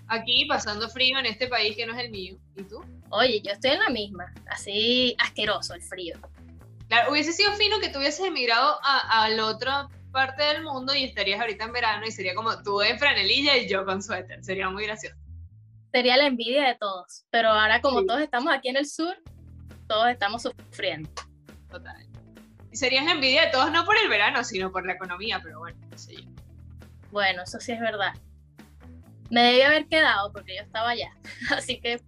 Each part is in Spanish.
Aquí pasando frío en este país que no es el mío. ¿Y tú? Oye, yo estoy en la misma, así asqueroso el frío. Claro, hubiese sido fino que tú hubieses emigrado a la otra parte del mundo y estarías ahorita en verano y sería como tú en franelilla y yo con suéter. Sería muy gracioso. Sería la envidia de todos, pero ahora como Sí. todos estamos aquí en el sur, todos estamos sufriendo. Total. Y serías la envidia de todos, no por el verano, sino por la economía, pero bueno, no sé yo. Bueno, eso sí es verdad. Me debí haber quedado porque yo estaba allá. Así que...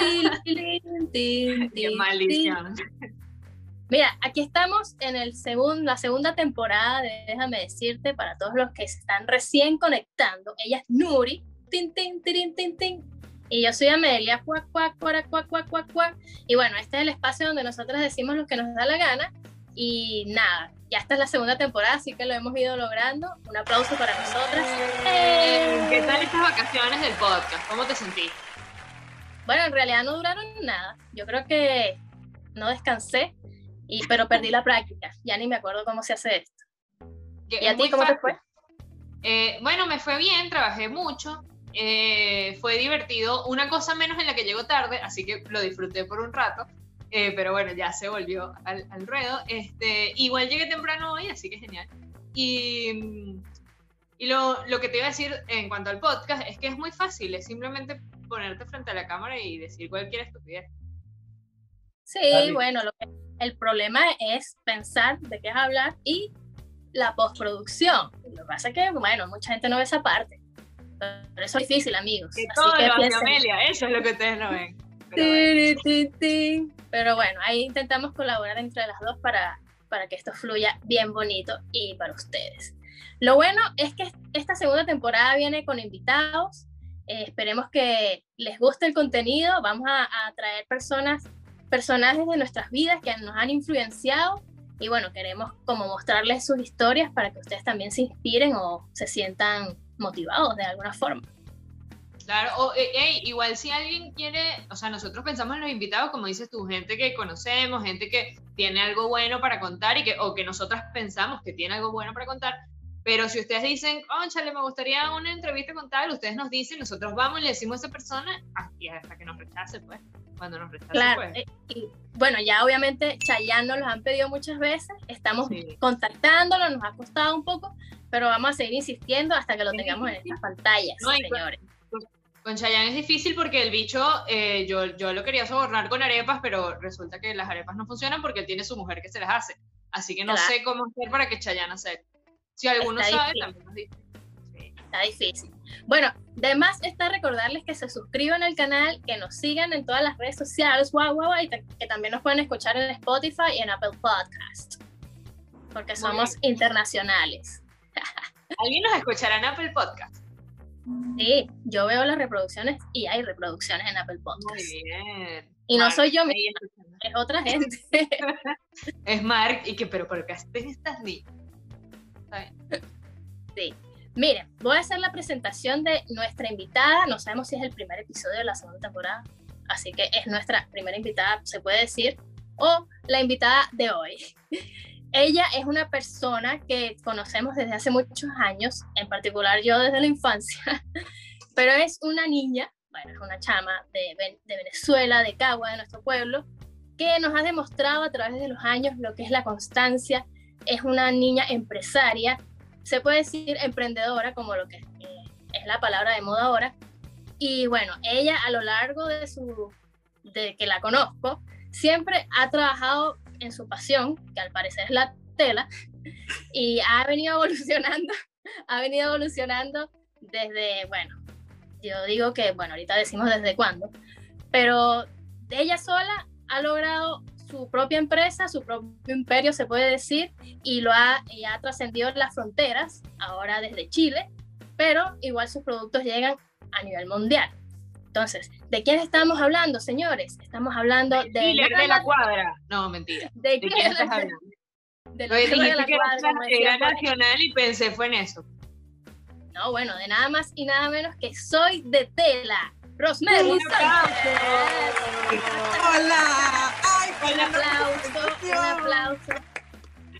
Qué maldición. Mira, aquí estamos en la segunda temporada de Déjame Decirte, para todos los que se están recién conectando. Ella es Nuri, tin, tin, tirin, tin, tin, y yo soy Amelia, cuac, cuac, cuac, cuac, cuac, cuac, cuac. Y bueno, este es el espacio donde nosotras decimos lo que nos da la gana. Y nada, ya esta es la segunda temporada, así que lo hemos ido logrando. Un aplauso para nosotras. ¿Qué tal estas vacaciones del podcast? ¿Cómo te sentís? Bueno, en realidad no duraron nada. Yo creo que no descansé, pero perdí la práctica. Ya ni me acuerdo cómo se hace esto. ¿Y a ti cómo te fue? Bueno, me fue bien, trabajé mucho. Fue divertido. Una cosa menos en la que llego tarde, así que lo disfruté por un rato. Pero bueno, ya se volvió al ruedo. Igual llegué temprano hoy, así que genial. Y lo que te iba a decir en cuanto al podcast es que es muy fácil, es simplemente ponerte frente a la cámara y decir cualquier estupidez. Sí, bueno, el problema es pensar de qué vas a hablar y la postproducción. Lo que pasa es que, bueno, mucha gente no ve esa parte. Pero eso es difícil, amigos. Que todo lo hace Amelia, eso es lo que ustedes no ven. Pero bueno, ahí intentamos colaborar entre las dos para que esto fluya bien bonito y para ustedes. Lo bueno es que esta segunda temporada viene con invitados. Esperemos que les guste el contenido. Vamos a traer personajes de nuestras vidas que nos han influenciado. Y bueno, queremos como mostrarles sus historias para que ustedes también se inspiren o se sientan motivados de alguna forma. Claro, igual si alguien quiere, o sea, nosotros pensamos en los invitados, como dices tú, gente que conocemos, gente que tiene algo bueno para contar o que nosotras pensamos que tiene algo bueno para contar, pero si ustedes dicen, cónchale, me gustaría una entrevista con tal, ustedes nos dicen, nosotros vamos y le decimos a esa persona y hasta que nos rechace, pues, cuando nos rechace, claro, pues. Y bueno, ya obviamente Chayanne nos los han pedido muchas veces, estamos contactándolo, nos ha costado un poco, pero vamos a seguir insistiendo hasta que lo tengamos en estas pantallas, señores. Con Chayanne es difícil porque el bicho, yo lo quería sobornar con arepas, pero resulta que las arepas no funcionan porque él tiene su mujer que se las hace. Así que no sé cómo hacer para que Chayanne acepte. Si alguno sabe, también nos dice. Sí. Está difícil. Bueno, de más está recordarles que se suscriban al canal, que nos sigan en todas las redes sociales, y que también nos pueden escuchar en Spotify y en Apple Podcast. Porque somos internacionales. ¿Alguien nos escuchará en Apple Podcast? Sí, yo veo las reproducciones y hay reproducciones en Apple Podcast. Muy bien. Y Mark, no soy yo misma, es otra gente. Es Mark, pero ¿por qué estás niñas? Sí. Miren, voy a hacer la presentación de nuestra invitada. No sabemos si es el primer episodio de la segunda temporada, así que es nuestra primera invitada, se puede decir, o la invitada de hoy. Ella es una persona que conocemos desde hace muchos años, en particular yo desde la infancia, pero es una niña, bueno, es una chama de Venezuela, de Cagua, de nuestro pueblo, que nos ha demostrado a través de los años lo que es la constancia. Es una niña empresaria, se puede decir emprendedora, como lo que es la palabra de moda ahora. Y bueno, ella a lo largo de que la conozco, siempre ha trabajado en su pasión, que al parecer es la tela, y ha venido evolucionando desde, bueno, yo digo que, bueno, ahorita decimos desde cuándo, pero ella sola ha logrado su propia empresa, su propio imperio, se puede decir, y ha trascendido las fronteras, ahora desde Chile, pero igual sus productos llegan a nivel mundial. Entonces, ¿de quién estamos hablando, señores? Estamos hablando de la cuadra. No, mentira. ¿De quién estás hablando? De la cuadra. Era nacional y pensé fue en eso. No, bueno, de nada más y nada menos que Soy de Tela. Rosemary. ¡Un aplauso! ¡Hola! ¡Ay, un aplauso!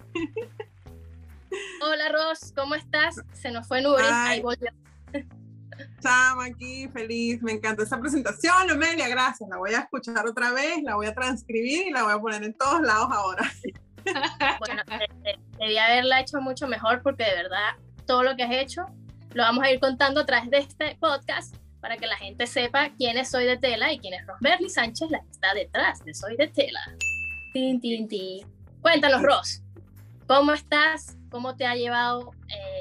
Hola, Ros, ¿cómo estás? Se nos fue Nuri, ahí volvió. Chama, aquí, feliz. Me encantó esa presentación, Amelia, gracias. La voy a escuchar otra vez, la voy a transcribir y la voy a poner en todos lados ahora. Bueno, debí haberla hecho mucho mejor porque de verdad todo lo que has hecho lo vamos a ir contando a través de este podcast para que la gente sepa quién es Soy de Tela y quién es Rosmerly Sánchez, la que está detrás de Soy de Tela. Tin, tin, tin. Cuéntanos, Ros, ¿cómo estás? ¿Cómo te ha llevado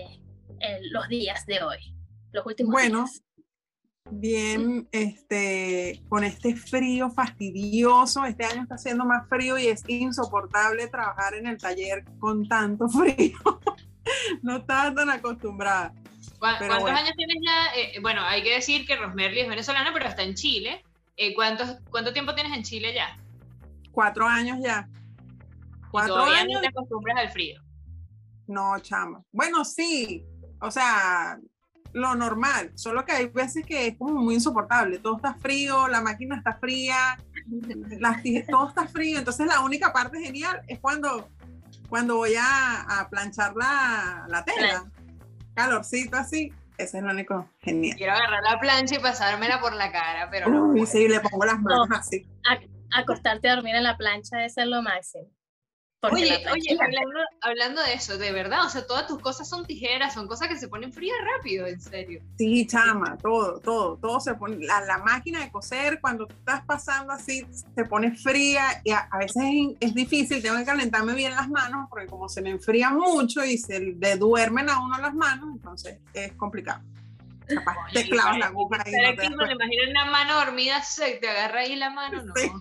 los días de hoy? Los últimos días. Bien, con este frío fastidioso, este año está haciendo más frío y es insoportable trabajar en el taller con tanto frío. No estaba tan acostumbrada. ¿Cuántos años tienes ya? Bueno, hay que decir que Rosmerly es venezolana, pero está en Chile. ¿Cuánto tiempo tienes en Chile ya? 4 años ya. ¿Y todavía no te acostumbras al frío? No, chama. Bueno, sí, o sea, lo normal, solo que hay veces que es como muy insoportable. Todo está frío, la máquina está fría, todo está frío. Entonces la única parte genial es cuando voy a planchar la tela. Calorcito así, ese es lo único genial. Quiero agarrar la plancha y pasármela por la cara, pero no. Uy, sí, le pongo las manos así. Acostarte a dormir en la plancha debe ser lo máximo. Oye, hablando de eso, de verdad, o sea, todas tus cosas son tijeras, son cosas que se ponen frías rápido, en serio. Sí, chama, todo se pone, la máquina de coser, cuando tú estás pasando así, se pone fría, y a veces es difícil, tengo que calentarme bien las manos, porque como se me enfría mucho y se le duermen a uno las manos, entonces es complicado. Capaz te clavas la aguja ahí. Pero aquí me imagino una mano dormida, se te agarra ahí la mano, no. Sí.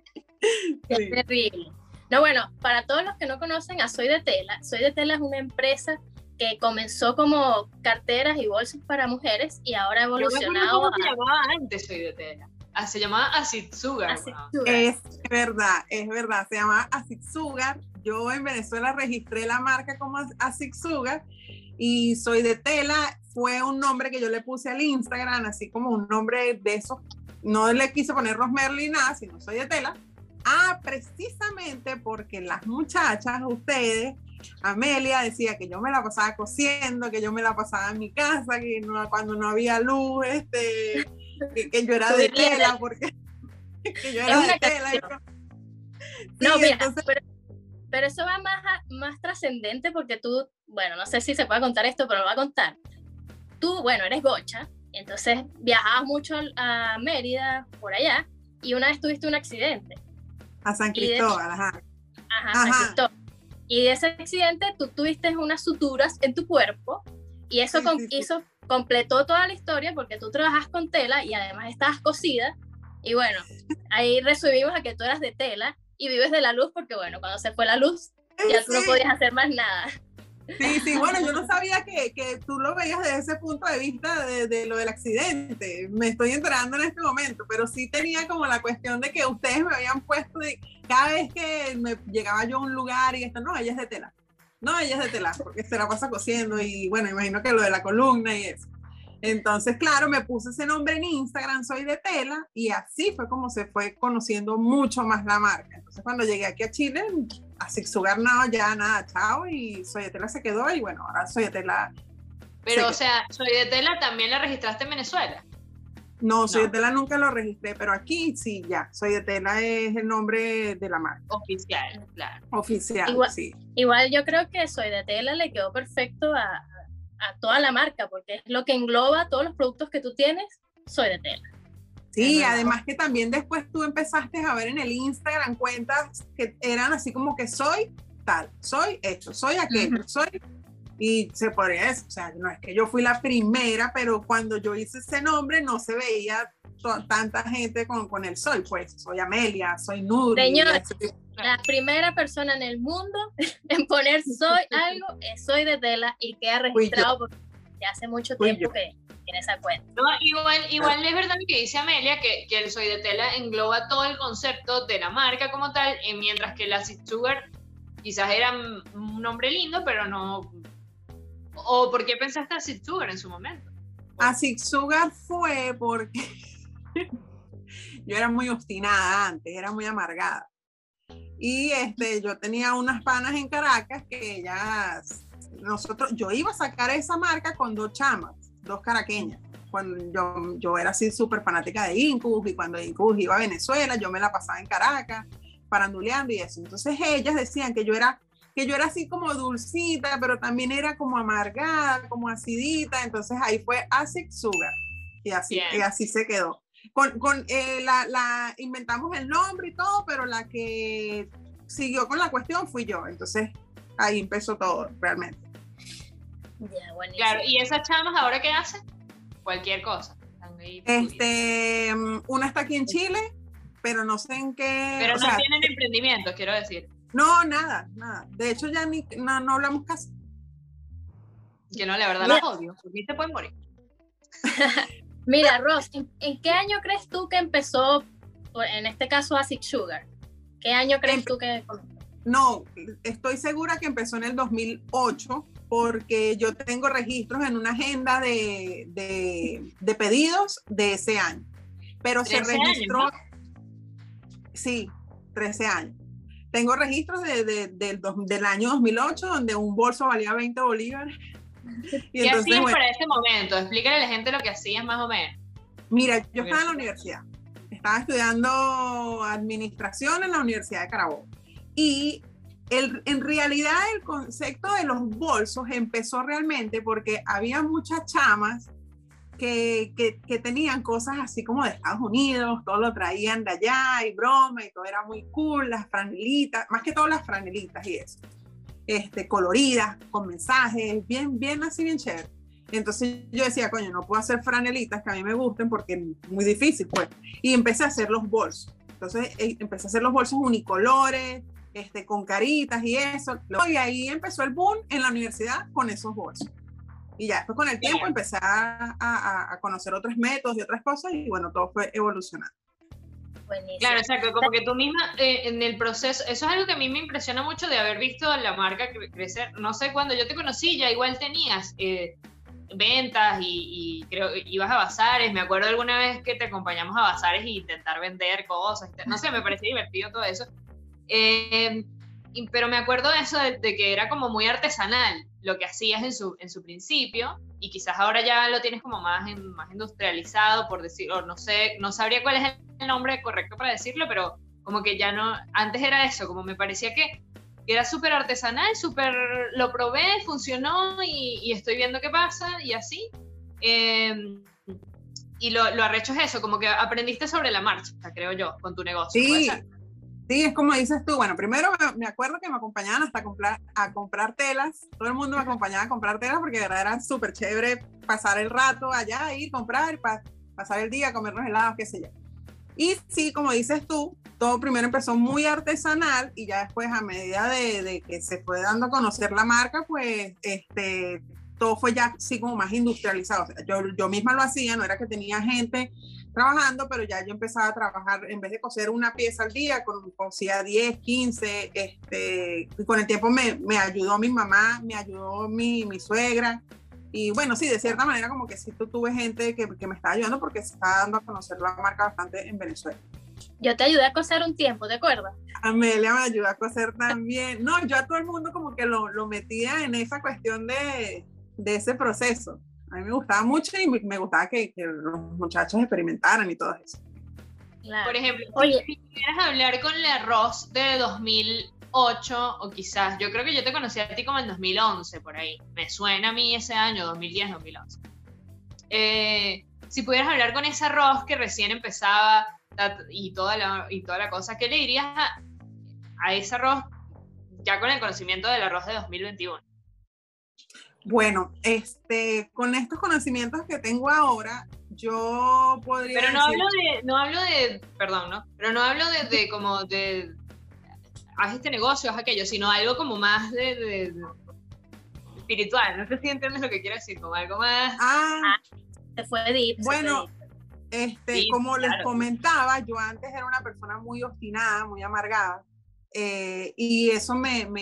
Es terrible. No, bueno, para todos los que no conocen a Soy de Tela es una empresa que comenzó como carteras y bolsas para mujeres y ahora ha evolucionado. ¿Cómo se llamaba antes Soy de Tela? Se llamaba Acid Sugar. Es verdad, se llamaba Acid Sugar. Yo en Venezuela registré la marca como Acid Sugar y Soy de Tela fue un nombre que yo le puse al Instagram, así como un nombre de esos. No le quise poner Rosmerly nada, sino Soy de Tela. Precisamente porque las muchachas, ustedes, Amelia decía que yo me la pasaba cosiendo, que yo me la pasaba en mi casa, que cuando no había luz, que yo era de tela, porque que yo era de tela. No, mira, entonces, pero eso va más trascendente porque tú, bueno, no sé si se puede contar esto, pero lo voy a contar. Tú, bueno, eres gocha, entonces viajabas mucho a Mérida, por allá, y una vez tuviste un accidente. A San Cristóbal, ajá. San Cristóbal. Y de ese accidente tú tuviste unas suturas en tu cuerpo y eso, eso completó toda la historia porque tú trabajas con tela y además estabas cosida y bueno, ahí resumimos a que tú eras de tela y vives de la luz porque bueno, cuando se fue la luz ya tú no podías hacer más nada. Sí, bueno, yo no sabía que tú lo veías desde ese punto de vista de lo del accidente. Me estoy enterando en este momento, pero sí tenía como la cuestión de que ustedes me habían puesto cada vez que me llegaba yo a un lugar y no, ella es de tela. No, ella es de tela, porque se la pasa cosiendo y bueno, imagino que lo de la columna y eso. Entonces, claro, me puse ese nombre en Instagram, Soy de Tela, y así fue como se fue conociendo mucho más la marca. Entonces, cuando llegué aquí a Chile, Acid Sugar no, ya nada, chao, y Soy de Tela se quedó, y bueno, ahora Soy de Tela. Pero, o sea, Soy de Tela también la registraste en Venezuela. No, Soy de Tela nunca lo registré, pero aquí sí, ya. Soy de Tela es el nombre de la marca. Oficial, claro. Oficial, igual, sí. Igual yo creo que Soy de Tela le quedó perfecto a toda la marca, porque es lo que engloba todos los productos que tú tienes, Soy de Tela. Sí, además que también después tú empezaste a ver en el Instagram cuentas que eran así como que soy tal, soy esto, soy aquello, soy... Y se podría decir, o sea, no es que yo fui la primera, pero cuando yo hice ese nombre no se veía tanta gente con el soy, pues soy Amelia, soy Nuri. Señor, la primera persona en el mundo en poner soy algo es Soy de Tela y queda registrado porque ya hace mucho tiempo que tiene esa cuenta. No, igual es verdad lo que dice Amelia, que el Soy de Tela engloba todo el concepto de la marca como tal, mientras que la Acid Sugar quizás era un nombre lindo, pero no... ¿O por qué pensaste Acid Sugar en su momento? Acid Sugar fue porque yo era muy obstinada antes, era muy amargada. Y yo tenía unas panas en Caracas que ellas, yo iba a sacar esa marca con 2 chamas, 2 caraqueñas. cuando yo era así súper fanática de Incubus, y cuando Incubus iba a Venezuela, yo me la pasaba en Caracas, faranduleando y eso. Entonces ellas decían que yo era así como dulcita, pero también era como amargada, como acidita. Entonces ahí fue Acid Sugar, y así se quedó. Inventamos el nombre y todo, pero la que siguió con la cuestión fui yo. Entonces ahí empezó todo realmente. Ya, buenísimo. Claro, ¿y esas chamas ahora qué hacen? Cualquier cosa. Una está aquí en Chile, pero no sé en qué. Pero no tienen emprendimiento, quiero decir. No, nada. De hecho, ya no hablamos casi. Que no, la verdad las odio, porque te pueden morir. Mira, Ros, ¿en qué año crees tú que empezó, en este caso, Acid Sugar? ¿Qué año crees tú que comenzó? No, estoy segura que empezó en el 2008, porque yo tengo registros en una agenda de pedidos de ese año. Pero se registró. Años, ¿no? Sí, 13 años. Tengo registros del año 2008, donde un bolso valía 20 bolívares. ¿Qué hacías para ese momento? Explícale a la gente lo que hacías más o menos. Mira, yo estaba en la universidad. Estaba estudiando administración en la Universidad de Carabobo. Y en realidad el concepto de los bolsos empezó realmente porque había muchas chamas que tenían cosas así como de Estados Unidos, todo lo traían de allá y broma, y todo era muy cool, las franelitas, más que todo las franelitas y eso, coloridas, con mensajes, bien así, bien chévere. Entonces yo decía, coño, no puedo hacer franelitas que a mí me gusten porque es muy difícil, pues. Y empecé a hacer los bolsos. Entonces empecé a hacer los bolsos unicolores, con caritas y eso. Y ahí empezó el boom en la universidad con esos bolsos. Y ya después con el tiempo empecé a conocer otros métodos y otras cosas, y bueno, todo fue evolucionando. Buenísimo. Claro, exacto, como que tú misma en el proceso, eso es algo que a mí me impresiona mucho de haber visto la marca crecer. No sé, cuando yo te conocí ya igual tenías ventas y creo que ibas a bazares. Me acuerdo alguna vez que te acompañamos a bazares e intentar vender cosas, no sé, me parecía divertido todo eso. Pero me acuerdo de eso, de que era como muy artesanal lo que hacías en su principio, y quizás ahora ya lo tienes como más industrializado, por decirlo, no sé, no sabría cuál es el nombre correcto para decirlo, pero como que ya no, antes era eso, como me parecía que era súper artesanal, lo probé, funcionó y estoy viendo qué pasa y así. Y lo arrecho es eso, como que aprendiste sobre la marcha, creo yo, con tu negocio. Sí. Sí, es como dices tú. Bueno, primero me acuerdo que me acompañaban hasta a comprar telas. Todo el mundo me acompañaba a comprar telas porque de verdad era súper chévere pasar el rato allá, ir, comprar, pasar el día, comernos helados, qué sé yo. Y sí, como dices tú, todo primero empezó muy artesanal, y ya después, a medida de que se fue dando a conocer la marca, pues todo fue ya así como más industrializado. O sea, yo misma lo hacía, no era que tenía gente trabajando, pero ya yo empezaba a trabajar, en vez de coser una pieza al día, cosía 10, 15, y con el tiempo me ayudó mi mamá, me ayudó mi suegra, y bueno, sí, de cierta manera como que sí tuve gente que me estaba ayudando, porque se estaba dando a conocer la marca bastante en Venezuela. Yo te ayudé a coser un tiempo, ¿te acuerdas? Amelia me ayudó a coser también. No, yo a todo el mundo como que lo metía en esa cuestión de ese proceso. A mí me gustaba mucho, y me gustaba que los muchachos experimentaran y todo eso. Claro. Por ejemplo, si quieres hablar con la Ros de 2008, o quizás, yo creo que yo te conocí a ti como en 2011, por ahí. Me suena a mí ese año, 2010, 2011. Si pudieras hablar con esa Ros que recién empezaba y toda la cosa, ¿qué le dirías a esa Ros ya con el conocimiento de la Ros de 2021? Bueno, con estos conocimientos que tengo ahora, yo podría Pero decir... Pero no hablo de como de haz este negocio, haz aquello, sino algo como más de espiritual. No sé si entiendes lo que quiero decir, como algo más... Se fue deep. Bueno, Sí, como claro. les comentaba, yo antes era una persona muy obstinada, muy amargada, y eso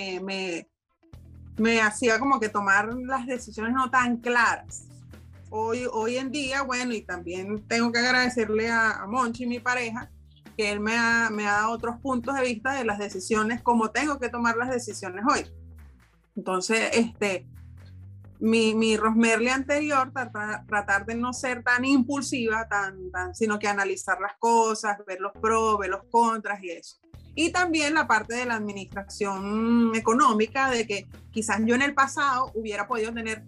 me hacía como que tomar las decisiones no tan claras. Hoy en día, bueno, y también tengo que agradecerle a Monchi, mi pareja, que él me ha dado otros puntos de vista de las decisiones, como tengo que tomar las decisiones hoy. Entonces, mi Rosmerly anterior, tratar de no ser tan impulsiva, sino que analizar las cosas, ver los pros, ver los contras y eso. Y también la parte de la administración económica, de que quizás yo en el pasado hubiera podido tener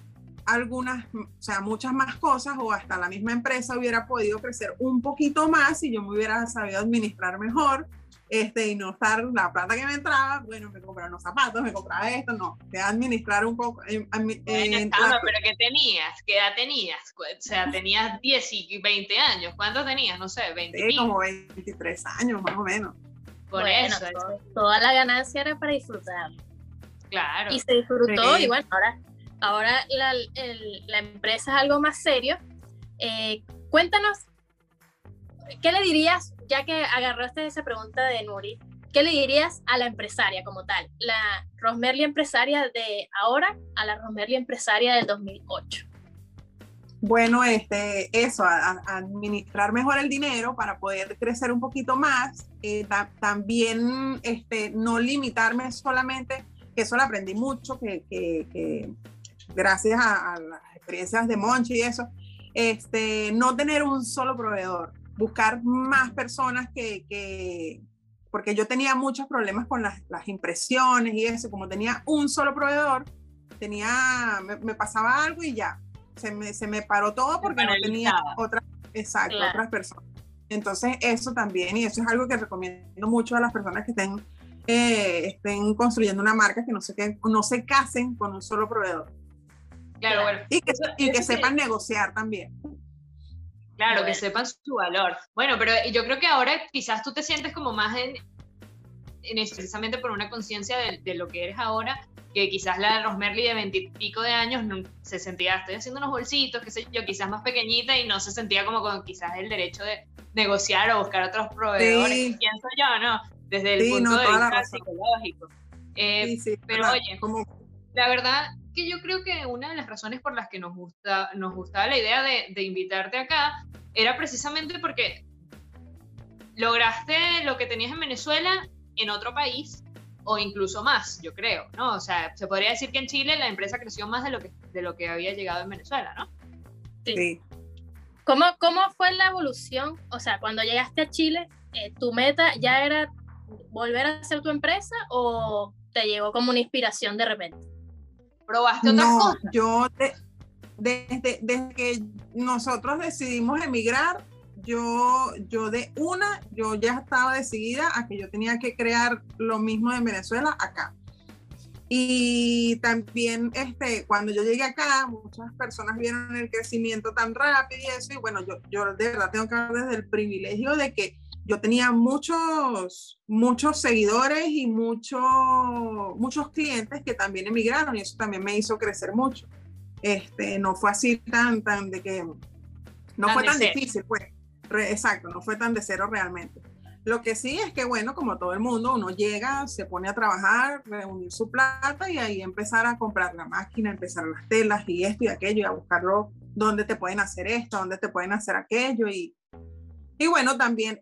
muchas más cosas, o hasta la misma empresa hubiera podido crecer un poquito más si yo me hubiera sabido administrar mejor, y no estar la plata que me entraba, bueno, me compraba unos zapatos, me compraba esto, no, que administrar un poco. Pero ¿qué tenías? ¿Qué edad tenías? O sea, tenías 10 y 20 años, ¿cuántos tenías? No sé, 20. Sí, como 23 años más o menos. Por eso. Toda la ganancia era para disfrutar. Claro. Y se disfrutó, y bueno, ahora la empresa es algo más serio. Cuéntanos, ¿qué le dirías, ya que agarraste esa pregunta de Nuri, qué le dirías a la empresaria como tal? La Rosmerly empresaria de ahora a la Rosmerly empresaria del 2008. Bueno, eso, administrar mejor el dinero para poder crecer un poquito más. También no limitarme solamente, que eso lo aprendí mucho, que gracias a las experiencias de Monchi y eso, no tener un solo proveedor, buscar más personas porque yo tenía muchos problemas con las impresiones y eso, como tenía un solo proveedor, me pasaba algo y ya, se me paró todo porque no tenía otras personas. Entonces eso también, y eso es algo que recomiendo mucho a las personas que estén construyendo una marca, que no se casen con un solo proveedor. Claro, bueno. Y que sepan negociar también. Claro, bueno, que sepan su valor. Bueno, pero yo creo que ahora quizás tú te sientes como más precisamente por una conciencia de lo que eres ahora, que quizás la Rosmerly de 20 y pico de años se sentía, estoy haciendo unos bolsitos, qué sé yo, quizás más pequeñita, y no se sentía como con quizás el derecho de negociar o buscar otros proveedores. Sí. Pienso yo, ¿no? Desde el punto de vista psicológico. Pero oye, la verdad que yo creo que una de las razones por las que nos gustaba la idea de invitarte acá era precisamente porque lograste lo que tenías en Venezuela en otro país, o incluso más, yo creo, ¿no? O sea, se podría decir que en Chile la empresa creció más de lo que había llegado en Venezuela, ¿no? Sí. ¿Cómo fue la evolución? O sea, cuando llegaste a Chile, ¿tu meta ya era volver a hacer tu empresa o te llegó como una inspiración de repente? ¿Probaste otras cosas? Yo desde que nosotros decidimos emigrar, yo ya estaba decidida a que yo tenía que crear lo mismo en Venezuela acá. Y también cuando yo llegué acá, muchas personas vieron el crecimiento tan rápido y eso, y bueno, yo de verdad tengo que hablar desde el privilegio de que yo tenía muchos seguidores y muchos clientes que también emigraron, y eso también me hizo crecer mucho. No fue así tan de que no fue tan difícil, pues. Exacto, no fue tan de cero realmente. Lo que sí es que, bueno, como todo el mundo, uno llega, se pone a trabajar, reunir su plata y ahí empezar a comprar la máquina, empezar las telas y esto y aquello, y a buscarlo, dónde te pueden hacer esto, dónde te pueden hacer aquello. Y bueno, también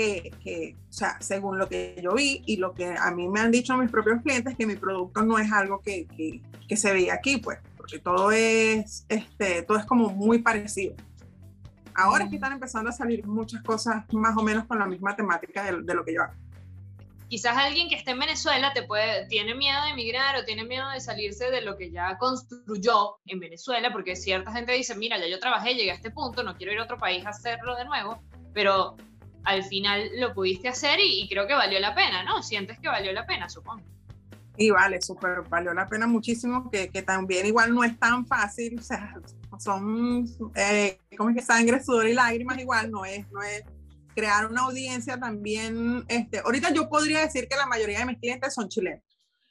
o sea, según lo que yo vi y lo que a mí me han dicho mis propios clientes, que mi producto no es algo que se veía aquí, pues, porque todo es como muy parecido. Ahora es que están empezando a salir muchas cosas más o menos con la misma temática de lo que yo hago. Quizás alguien que esté en Venezuela tiene miedo de emigrar o tiene miedo de salirse de lo que ya construyó en Venezuela, porque cierta gente dice, mira, ya yo trabajé, llegué a este punto, no quiero ir a otro país a hacerlo de nuevo, pero al final lo pudiste hacer y creo que valió la pena, ¿no? Sientes que valió la pena, supongo. Y vale, súper, valió la pena muchísimo, que también igual no es tan fácil, o sea, son, ¿cómo es que? Sangre, sudor y lágrimas, igual no es crear una audiencia también. Ahorita yo podría decir que la mayoría de mis clientes son chilenos,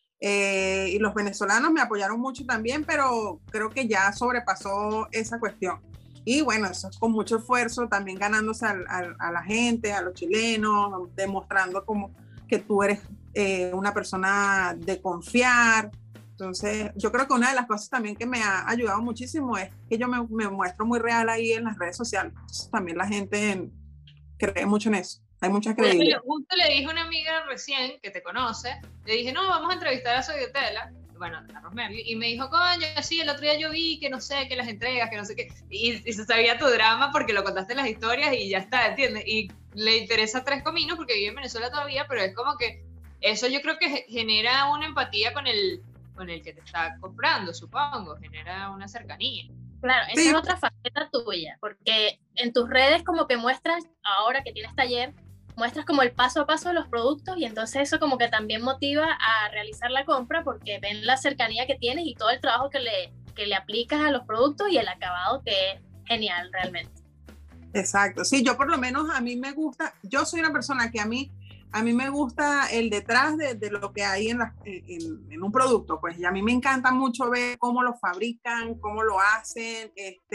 y los venezolanos me apoyaron mucho también, pero creo que ya sobrepasó esa cuestión. Y bueno, eso es con mucho esfuerzo, también ganándose a la gente, a los chilenos, demostrando como que tú eres una persona de confiar. Entonces, yo creo que una de las cosas también que me ha ayudado muchísimo es que yo me muestro muy real ahí en las redes sociales. Entonces, también la gente cree mucho en eso. Hay mucha credibilidad. Justo le dije a una amiga recién que te conoce, le dije, no, vamos a entrevistar a Soy de Tela. bueno, Arroz Merli, y me dijo, coño, sí, el otro día yo vi que no sé, que las entregas, que no sé qué, y se sabía tu drama porque lo contaste en las historias y ya está, ¿entiendes? Y le interesa Tres Cominos porque vive en Venezuela todavía, pero es como que eso yo creo que genera una empatía con el que te está comprando, supongo, genera una cercanía. Claro, esa es otra faceta tuya, porque en tus redes como que muestras, ahora que tienes taller, muestras como el paso a paso de los productos y entonces eso como que también motiva a realizar la compra porque ven la cercanía que tienes y todo el trabajo que le aplicas a los productos y el acabado que es genial realmente. Exacto, sí, yo por lo menos a mí me gusta, yo soy una persona que a mí me gusta el detrás de lo que hay en un producto, pues, y a mí me encanta mucho ver cómo lo fabrican, cómo lo hacen,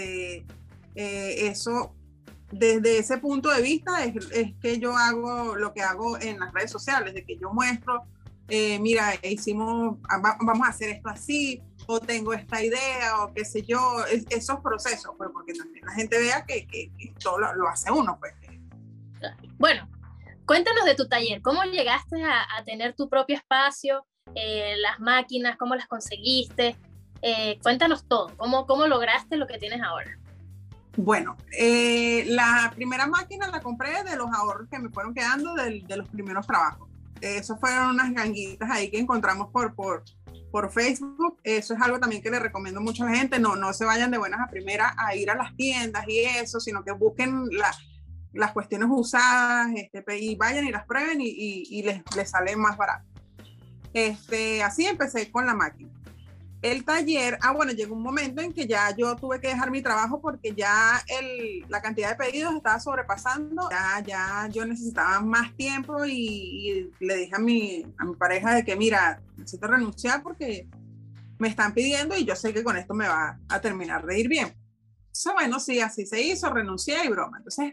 eso, desde ese punto de vista es que yo hago lo que hago en las redes sociales, de que yo muestro, mira, vamos a hacer esto así, o tengo esta idea, o qué sé yo, esos procesos, pues, porque también la gente vea que todo lo hace uno, pues. Bueno, cuéntanos de tu taller, ¿cómo llegaste a tener tu propio espacio, las máquinas, cómo las conseguiste? Cuéntanos todo, ¿cómo lograste lo que tienes ahora? Bueno, la primera máquina la compré de los ahorros que me fueron quedando de los primeros trabajos. Eso fueron unas ganguitas ahí que encontramos por Facebook. Eso es algo también que le recomiendo mucho a la gente. No se vayan de buenas a primeras a ir a las tiendas y eso, sino que busquen las cuestiones usadas, y vayan y las prueben y les sale más barato. Así empecé con la máquina. El taller, bueno, llegó un momento en que ya yo tuve que dejar mi trabajo porque ya la cantidad de pedidos estaba sobrepasando, ya yo necesitaba más tiempo y le dije a mi pareja de que, mira, necesito renunciar porque me están pidiendo y yo sé que con esto me va a terminar de ir bien. Entonces, bueno, sí, así se hizo, renuncié y broma. Entonces,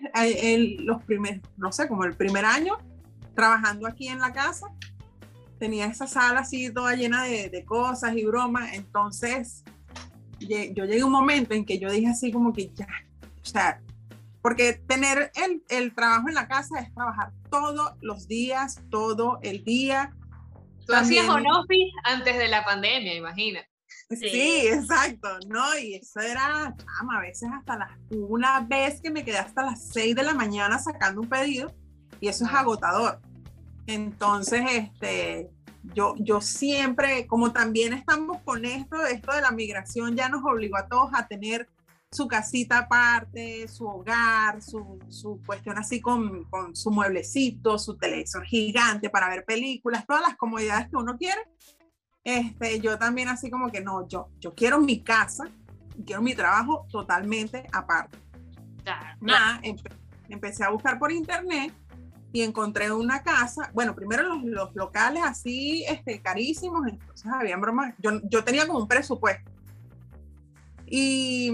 como el primer año trabajando aquí en la casa, tenía esa sala así toda llena de cosas y bromas. Entonces, yo llegué a un momento en que yo dije así como que ya, o sea, porque tener el trabajo en la casa es trabajar todos los días, todo el día. Tú hacías home office antes de la pandemia, imagina. Sí, exacto, ¿no? Y eso era, a veces una vez que me quedé hasta las 6 de la mañana sacando un pedido y eso es agotador. Entonces, yo siempre, como también estamos con esto de la migración, ya nos obligó a todos a tener su casita aparte, su hogar, su cuestión así con su mueblecito, su televisor gigante para ver películas, todas las comodidades que uno quiere. Yo también así como que no, yo quiero mi casa, quiero mi trabajo totalmente aparte. Nada, empecé a buscar por internet y encontré una casa, bueno, primero los locales así, carísimos, entonces habían bromas, yo tenía como un presupuesto. Y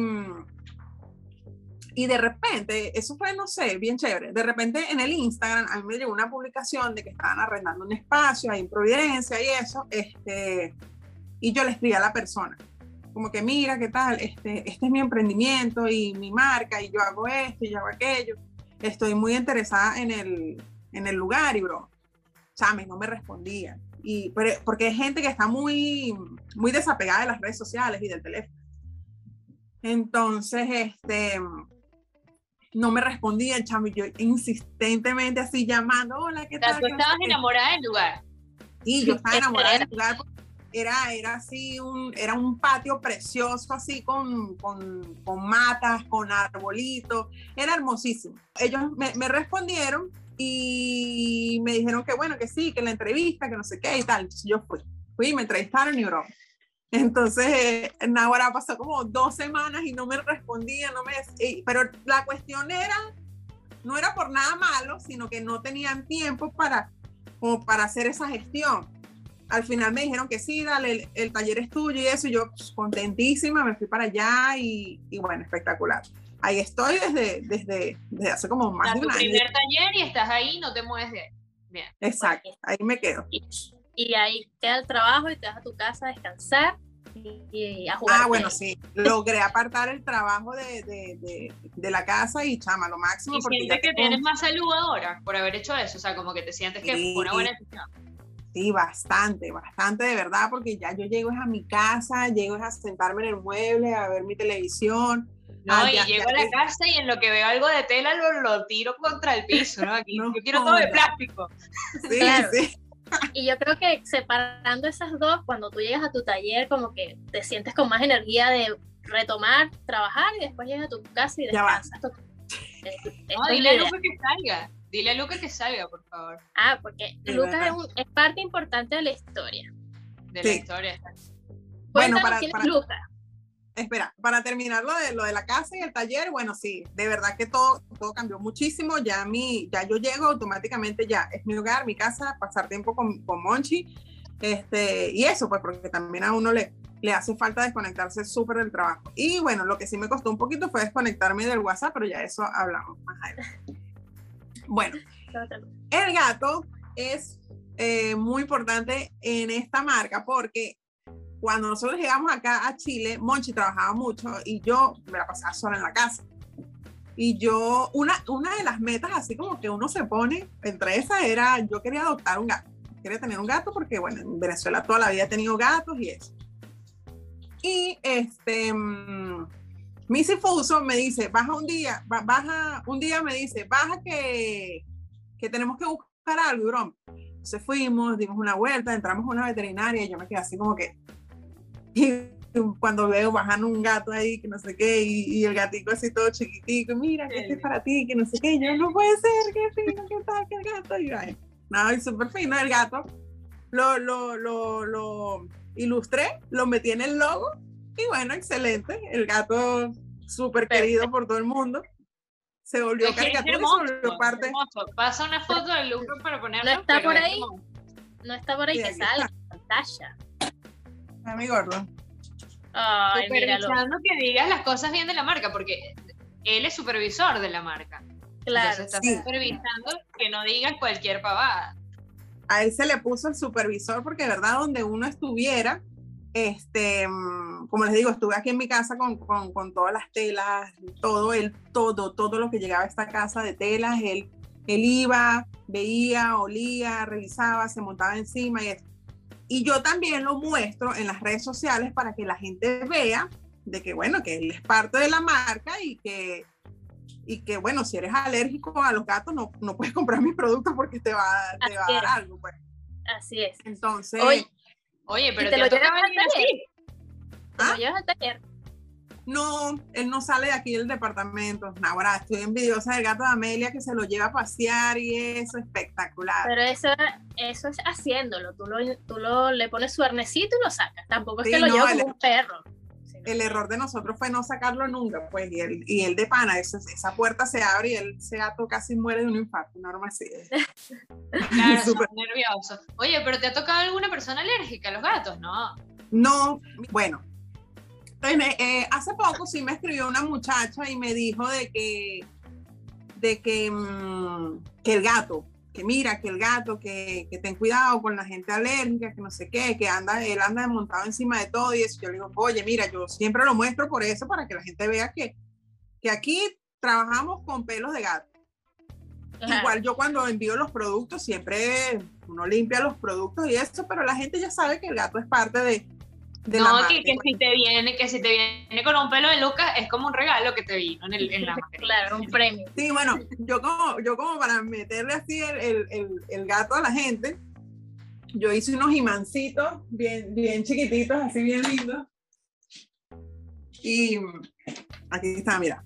de repente, eso fue, no sé, bien chévere, de repente en el Instagram a mí me llegó una publicación de que estaban arrendando un espacio ahí en Providencia y eso, y yo le escribí a la persona, como que mira, ¿qué tal? Este es mi emprendimiento y mi marca y yo hago esto y yo hago aquello. Estoy muy interesada en el lugar y bro, chame, no me respondían. Porque hay gente que está muy, muy desapegada de las redes sociales y del teléfono. Entonces, no me respondían, chame, yo insistentemente así llamando, hola, ¿qué tal? Tú estabas enamorada del lugar. Sí, yo estaba enamorada del lugar. Era así, era un patio precioso, así con matas, con arbolitos, era hermosísimo. Ellos me respondieron y me dijeron que bueno, que sí, que la entrevista, que no sé qué y tal. Entonces yo fui y me entrevistaron y broma. Entonces, ahora pasó como 2 semanas y no me respondían, pero la cuestión no era por nada malo, sino que no tenían tiempo para hacer esa gestión. Al final me dijeron que sí, dale, el taller es tuyo y eso, y yo contentísima, me fui para allá y bueno, espectacular. Ahí estoy desde hace como más de un año. Tu primer taller y estás ahí, no te mueves de ahí. Bien. Exacto, ahí me quedo. Y ahí queda el trabajo y te vas a tu casa a descansar y a jugar. Bueno, sí, logré apartar el trabajo de la casa y chama, lo máximo. ¿Y sientes que tienes más salud ahora por haber hecho eso? O sea, como que te sientes que fue una buena decisión. Sí, bastante, bastante de verdad, porque ya yo llego a mi casa, llego a sentarme en el mueble, a ver mi televisión. No, y llego a la casa y en lo que veo algo de tela lo tiro contra el piso, ¿no? Aquí No yo quiero todo de plástico. Sí, Claro. sí. Y yo creo que separando esas dos, cuando tú llegas a tu taller, como que te sientes con más energía de retomar, trabajar y después llegas a tu casa y Ya va. descansas. No, dile a Luca que salga. Dile a Luca que salga, por favor. Ah, porque Sí, Lucas verdad. es parte importante de la historia. De Sí. la historia. Bueno, Cuéntanos quién es Lucas. Espera, para terminar lo de la casa y el taller, bueno, sí, de verdad que todo cambió muchísimo. Ya yo llego automáticamente, ya es mi hogar, mi casa, pasar tiempo con Monchi. Y eso, pues, porque también a uno le hace falta desconectarse súper del trabajo. Y bueno, lo que sí me costó un poquito fue desconectarme del WhatsApp, pero ya eso hablamos más adelante. Bueno, el gato es muy importante en esta marca porque cuando nosotros llegamos acá a Chile, Monchi trabajaba mucho y yo me la pasaba sola en la casa. Y yo, una de las metas así como que uno se pone, entre esas era, yo quería adoptar un gato. Quería tener un gato porque, bueno, en Venezuela toda la vida he tenido gatos y eso. Y Missy Fuso me dice, baja un día me dice, baja que tenemos que buscar algo, y broma. Entonces fuimos, dimos una vuelta, entramos a una veterinaria y yo me quedé así como que, y cuando veo bajando un gato ahí, que no sé qué, y el gatico así todo chiquitico, mira, que este es para ti, que no sé qué, y yo, no puede ser, qué fino, qué tal, que el gato, y ay, no, y súper fino el gato, lo ilustré, lo metí en el logo, y bueno, excelente, el gato súper querido por todo el mundo, se volvió caricatura y se volvió parte. Hermoso. Pasa una foto de Luca para ponerlo. No está por ahí, no está por ahí, Sí, que aquí sale está. en pantalla. A mi gordo. Ay, míralo. Supervisando que digas las cosas bien de la marca, porque él es supervisor de la marca. Claro. Entonces está Sí. supervisando que no digan cualquier pavada. A él se le puso el supervisor porque de verdad donde uno estuviera, como les digo, estuve aquí en mi casa con todas las telas, todo lo que llegaba a esta casa de telas, él iba, veía, olía, revisaba, se montaba encima y eso. Y yo también lo muestro en las redes sociales para que la gente vea de que, bueno, que él es parte de la marca y que bueno, si eres alérgico a los gatos, no puedes comprar mis productos porque te va a dar algo, pues. Así es. Entonces... Oye, pero te lo llevas al taller. así. Te lo llevas al taller. No, él no sale de aquí del departamento. Ahora estoy envidiosa del gato de Amelia que se lo lleva a pasear y eso, espectacular. Pero eso es haciéndolo. Tú le pones su arnecito y lo sacas. Tampoco es Sí, que lo no, llevas como un perro. El error de nosotros fue no sacarlo nunca, pues, y él de pana, esa puerta se abre y ese gato casi muere de un infarto, una norma así. Claro, son nerviosos. Oye, pero ¿te ha tocado alguna persona alérgica a los gatos? No. No, bueno. Hace poco sí me escribió una muchacha y me dijo que el gato, que mira, que el gato, que ten cuidado con la gente alérgica, que no sé qué, que él anda montado encima de todo y eso. Yo le digo, oye, mira, yo siempre lo muestro por eso, para que la gente vea que aquí trabajamos con pelos de gato. Ajá. Igual yo cuando envío los productos, siempre uno limpia los productos y eso, pero la gente ya sabe que el gato es parte de no, la marca, que si te viene con un pelo de Lucas, es como un regalo que te vino en la mascarilla. Claro, un premio. Sí, bueno, yo como para meterle así el gato a la gente, yo hice unos imancitos bien chiquititos, así bien lindos. Y aquí está, mira.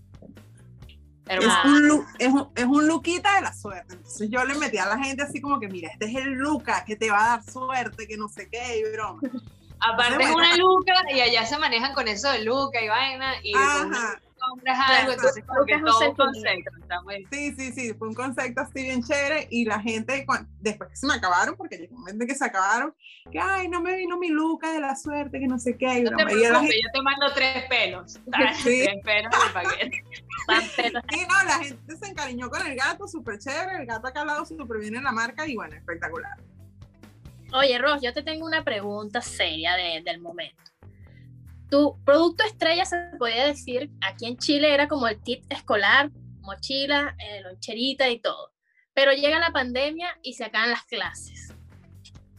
Es un Luquita de la suerte. Entonces yo le metí a la gente así como que, mira, este es el Luca que te va a dar suerte, que no sé qué, y broma. Aparte es una Luca y allá se manejan con eso de Luca y vaina y compras algo, entonces como que todo un concepto. Sí, fue un concepto así bien chévere y la gente, después que se me acabaron, porque llegó un momento que se acabaron, que ay, no me vino mi Luca de la suerte, que no sé qué. Y no te preocupes, yo te mando 3 pelos. Sí. 3 pelos del paquete. Sí, no, la gente se encariñó con el gato, súper chévere, el gato acá al lado súper bien en la marca y bueno, espectacular. Oye, Ros, yo te tengo una pregunta seria del momento. Tu producto estrella, se podía decir, aquí en Chile era como el kit escolar, mochila, loncherita y todo. Pero llega la pandemia y se acaban las clases.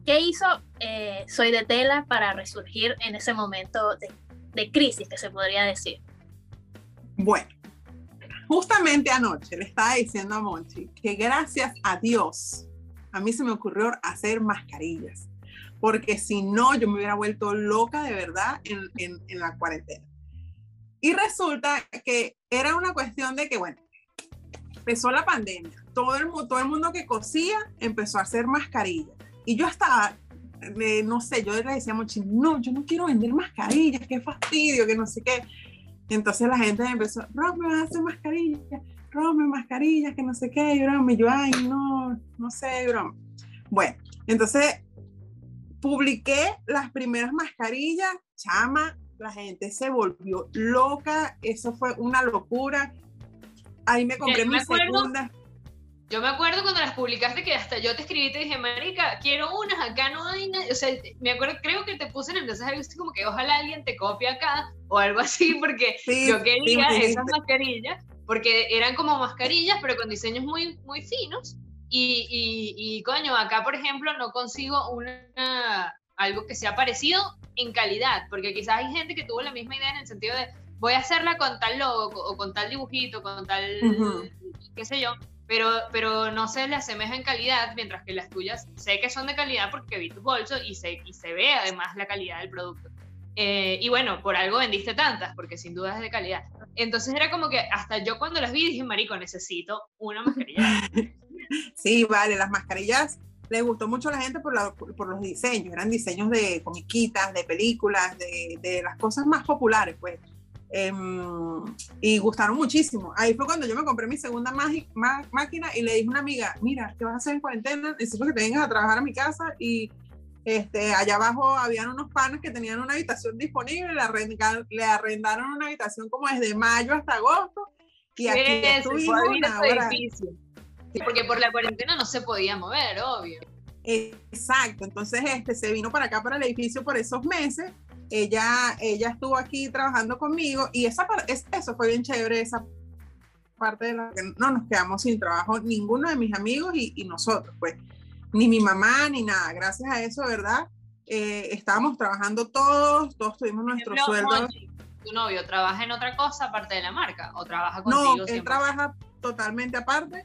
¿qué hizo Soy de Tela para resurgir en ese momento de crisis, que se podría decir? Bueno, justamente anoche le estaba diciendo a Monchi que gracias a Dios a mí se me ocurrió hacer mascarillas, porque si no yo me hubiera vuelto loca de verdad en la cuarentena. Y resulta que era una cuestión de que, bueno, empezó la pandemia, todo el mundo que cosía empezó a hacer mascarillas. Y yo estaba, no sé, yo le decía a Monchi, no, yo no quiero vender mascarillas, qué fastidio, que no sé qué. Y entonces la gente empezó, Ros, me vas a hacer mascarillas, que no sé qué, y broma. Y yo, ay, no sé, broma. Bueno, entonces publiqué las primeras mascarillas, chama, la gente se volvió loca, eso fue una locura. Ahí me compré mi segunda. Yo me acuerdo cuando las publicaste que hasta yo te escribí y te dije, marica, quiero unas, acá no hay nada. O sea, me acuerdo, creo que te puse en el mensaje algo así como que ojalá alguien te copie acá o algo así, porque sí, yo quería esas mascarillas, porque eran como mascarillas, pero con diseños muy, muy finos. Y coño, acá por ejemplo no consigo algo que sea parecido en calidad, porque quizás hay gente que tuvo la misma idea en el sentido de voy a hacerla con tal logo o con tal dibujito, con tal, qué sé yo, pero no se le asemeja en calidad, mientras que las tuyas sé que son de calidad porque vi tus bolsos y se ve además la calidad del producto. Y bueno, por algo vendiste tantas, porque sin duda es de calidad. Entonces era como que hasta yo cuando las vi dije, marico, necesito una mascarilla. Sí, vale, las mascarillas les gustó mucho a la gente por los diseños, eran diseños de comiquitas, de películas, de las cosas más populares, pues. Y gustaron muchísimo. Ahí fue cuando yo me compré mi segunda máquina y le dije a una amiga, mira, ¿qué vas a hacer en cuarentena? Necesito que te vengas a trabajar a mi casa. Y allá abajo habían unos panas que tenían una habitación disponible, le arrendaron una habitación como desde mayo hasta agosto, y aquí estuvimos una hora. Sí, porque por la cuarentena no se podía mover, obvio. Exacto, entonces se vino para acá, para el edificio por esos meses. Ella estuvo aquí trabajando conmigo y eso fue bien chévere, esa parte de la que no nos quedamos sin trabajo ninguno de mis amigos y nosotros, pues, ni mi mamá ni nada. Gracias a eso, ¿verdad? Estábamos trabajando todos tuvimos nuestro sueldo. ¿Tu novio trabaja en otra cosa aparte de la marca o trabaja contigo? No, él trabaja totalmente aparte.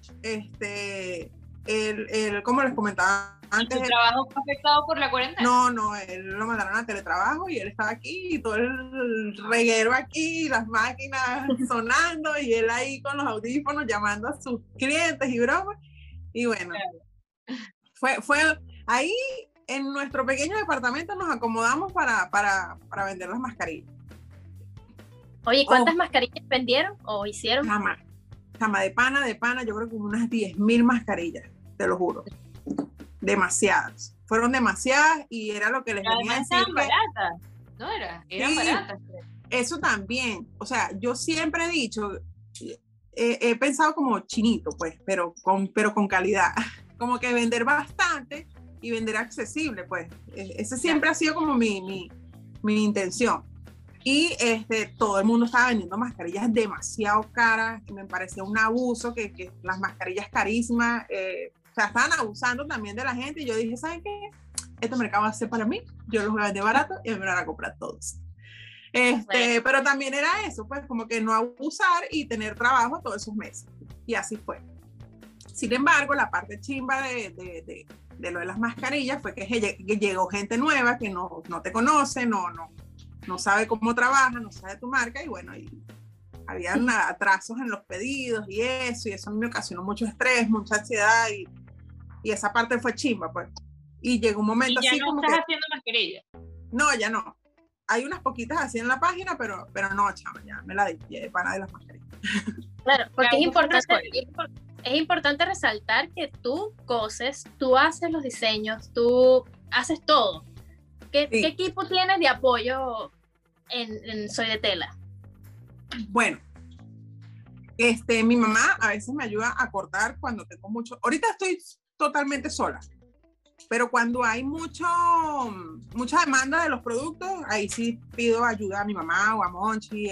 Él, como les comentaba antes. ¿Tu trabajo fue afectado por la cuarentena? No, él lo mandaron a teletrabajo y él estaba aquí, y todo el reguero aquí, las máquinas sonando, y él ahí con los audífonos llamando a sus clientes y bromas. Y bueno, fue ahí en nuestro pequeño departamento nos acomodamos para vender las mascarillas. Oye, ¿cuántas mascarillas vendieron o hicieron? Cama de pana, yo creo que unas 10.000 mascarillas, te lo juro. Demasiadas. Fueron demasiadas y era lo que les venía a decir. Eran baratas, ¿no era? Eran baratas. Eso también. O sea, yo siempre he dicho, he pensado como chinito, pues, pero con calidad. Como que vender bastante y vender accesible, pues. Ese siempre ha sido como mi intención. Y todo el mundo estaba vendiendo mascarillas demasiado caras, y me parecía un abuso que las mascarillas carísimas, o sea, estaban abusando también de la gente, y yo dije, ¿saben qué? Este mercado va a ser para mí, yo los voy a vender barato y me van a comprar todos. Pero también era eso, pues, como que no abusar y tener trabajo todos esos meses. Y así fue. Sin embargo, la parte chimba de lo de las mascarillas fue que llegó gente nueva que no te conoce, no sabe cómo trabaja, no sabe tu marca, y bueno, y habían atrasos en los pedidos y eso me ocasionó mucho estrés, mucha ansiedad, y esa parte fue chimba, pues. Y llegó un momento así como que... ¿Ya no estás haciendo mascarillas? No, ya no. Hay unas poquitas así en la página, pero no, chama, ya me la di de pana de las mascarillas. Claro, porque es importante resaltar que tú coses, tú haces los diseños, tú haces todo. ¿Qué equipo tienes de apoyo en Soy de Tela? Bueno, mi mamá a veces me ayuda a cortar cuando tengo mucho. Ahorita estoy totalmente sola, pero cuando hay mucha demanda de los productos, ahí sí pido ayuda a mi mamá o a Monchi,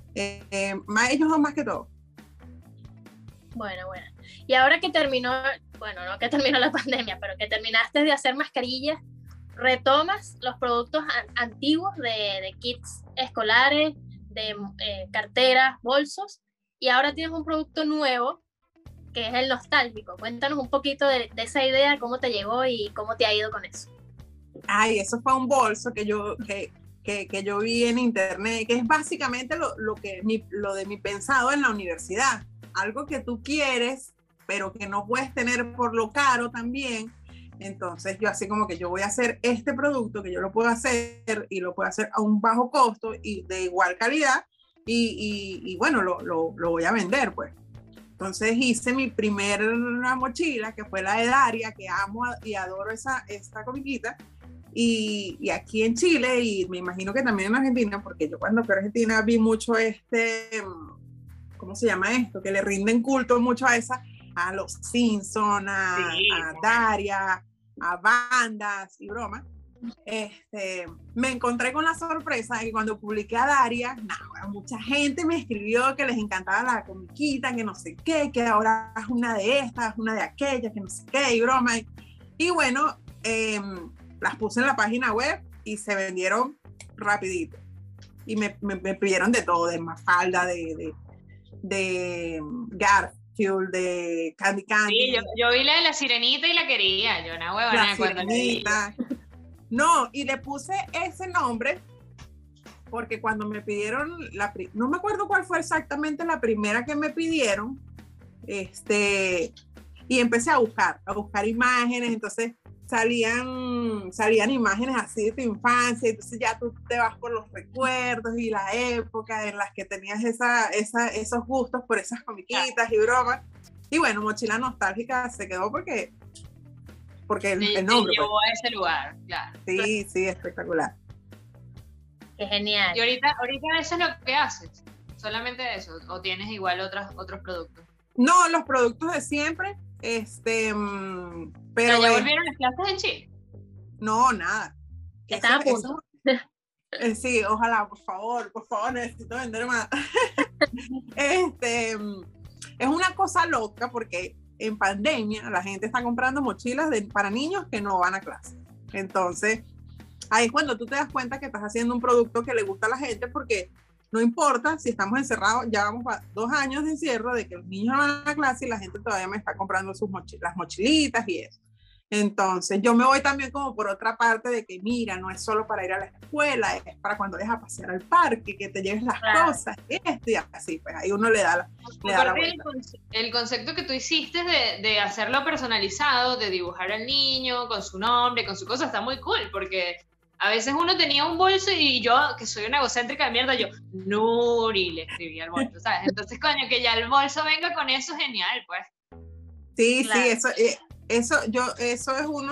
ellos dos más que todo. Bueno. Y ahora que terminó bueno, no que terminó la pandemia, pero que terminaste de hacer mascarillas, retomas los productos antiguos de kits escolares, de carteras, bolsos, y ahora tienes un producto nuevo que es el nostálgico. Cuéntanos un poquito de esa idea, cómo te llegó y cómo te ha ido con eso. Ay, eso fue un bolso que yo vi en internet, que es básicamente lo de mi pensado en la universidad. Algo que tú quieres, pero que no puedes tener por lo caro también. Entonces yo así como que yo voy a hacer este producto que yo lo puedo hacer y lo puedo hacer a un bajo costo y de igual calidad y bueno, lo voy a vender pues. Entonces hice mi primera mochila, que fue la de Daria, que amo y adoro esta comiquita. Y aquí en Chile, y me imagino que también en Argentina, porque yo cuando fui a Argentina vi mucho ¿cómo se llama esto? Que le rinden culto mucho a los Simpsons, a Daria, a bandas y bromas. Me encontré con la sorpresa de que cuando publiqué a Daria, mucha gente me escribió que les encantaba la comiquita, que no sé qué, que ahora es una de estas, una de aquellas, que no sé qué, y broma. Y bueno, las puse en la página web y se vendieron rapidito. Y me pidieron de todo, de Mafalda, de Garfield, de Candy Candy. Sí, yo vi la de la sirenita y la quería, yo una huevona. La sirenita. No, y le puse ese nombre porque cuando me pidieron, no me acuerdo cuál fue exactamente la primera que me pidieron, y empecé a buscar imágenes, entonces salían imágenes así de tu infancia, entonces ya tú te vas por los recuerdos y la época en las que tenías esos gustos por esas comiquitas y bromas. Y bueno, Mochila Nostálgica se quedó porque el nombre. Te llevó a ese lugar, claro. Sí, espectacular. Qué genial. Y ahorita eso es lo que haces, solamente eso, o tienes igual otros productos. No, los productos de siempre, pero ¿Ya volvieron las clases en Chile? No, nada. Están a punto. Sí, ojalá, por favor, necesito vender más. Es una cosa loca porque en pandemia la gente está comprando mochilas para niños que no van a clase. Entonces, ahí es cuando tú te das cuenta que estás haciendo un producto que le gusta a la gente, porque no importa si estamos encerrados, ya vamos para 2 años de encierro, de que los niños van a clase y la gente todavía me está comprando las mochilitas y eso. Entonces yo me voy también como por otra parte de que mira, no es solo para ir a la escuela, es para cuando vayas a pasear al parque, que te lleves las cosas, esto y así, pues ahí uno le da la vuelta. El concepto que tú hiciste de hacerlo personalizado, de dibujar al niño con su nombre, con su cosa, está muy cool, porque a veces uno tenía un bolso y yo, que soy una egocéntrica de mierda, yo, Nuri, le escribía al bolso, ¿sabes? Entonces, coño, que ya el bolso venga con eso, genial, pues. Sí, claro. Sí, eso es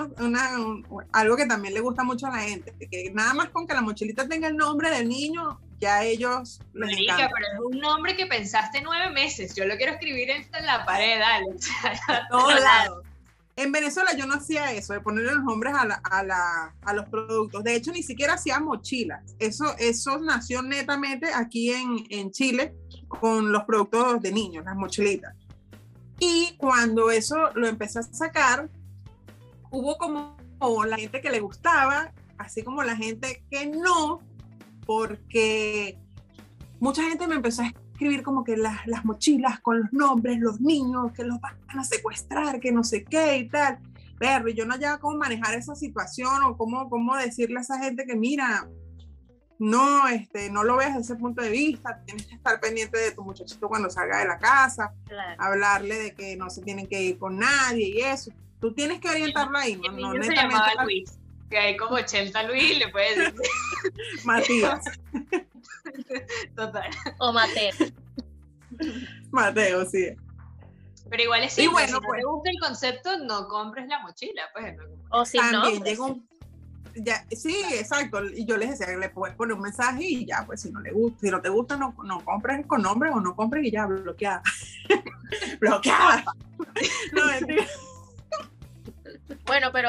algo que también le gusta mucho a la gente, que nada más con que la mochilita tenga el nombre del niño, ya a ellos les encanta. Pero es un nombre que pensaste 9 meses, yo lo quiero escribir en la pared, dale. O sea, a todos lados. En Venezuela yo no hacía eso, de ponerle los nombres a los productos. De hecho, ni siquiera hacía mochilas. Eso nació netamente aquí en Chile con los productos de niños, las mochilitas. Y cuando eso lo empecé a sacar, hubo como la gente que le gustaba, así como la gente que no, porque mucha gente me empezó a escribir como que las mochilas con los nombres, los niños, que los van a secuestrar, que no sé qué y tal. Pero yo no hallaba cómo manejar esa situación o cómo decirle a esa gente que mira, no lo veas desde ese punto de vista, tienes que estar pendiente de tu muchachito cuando salga de la casa, claro. Hablarle de que no se tienen que ir con nadie y eso. Tú tienes que orientarlo ahí. El niño se llamaba Luis, que hay como 80 Luis, le puedes decir. Matías. Total. O Mateo. Mateo, sí. Pero igual es simple, bueno, si no te gusta el concepto, no compres la mochila, pues. O si también no, llegó sí, exacto. Y yo les decía que le puedes poner un mensaje y ya, pues si no le gusta, si no te gusta, no compres con nombre o no compres y ya, bloqueada. Bloqueada. No, mentira. Bueno, pero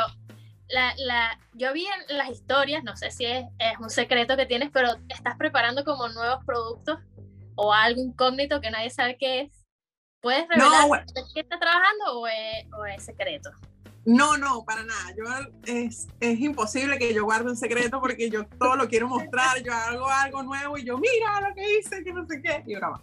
yo vi en las historias, no sé si es un secreto que tienes, pero estás preparando como nuevos productos o algo incógnito que nadie sabe qué es, ¿Puedes revelar No, bueno. de qué estás trabajando o es secreto? No, para nada. Es imposible que yo guarde un secreto porque yo todo lo quiero mostrar. Yo hago algo nuevo y yo, mira lo que hice, que no sé qué. Y broma.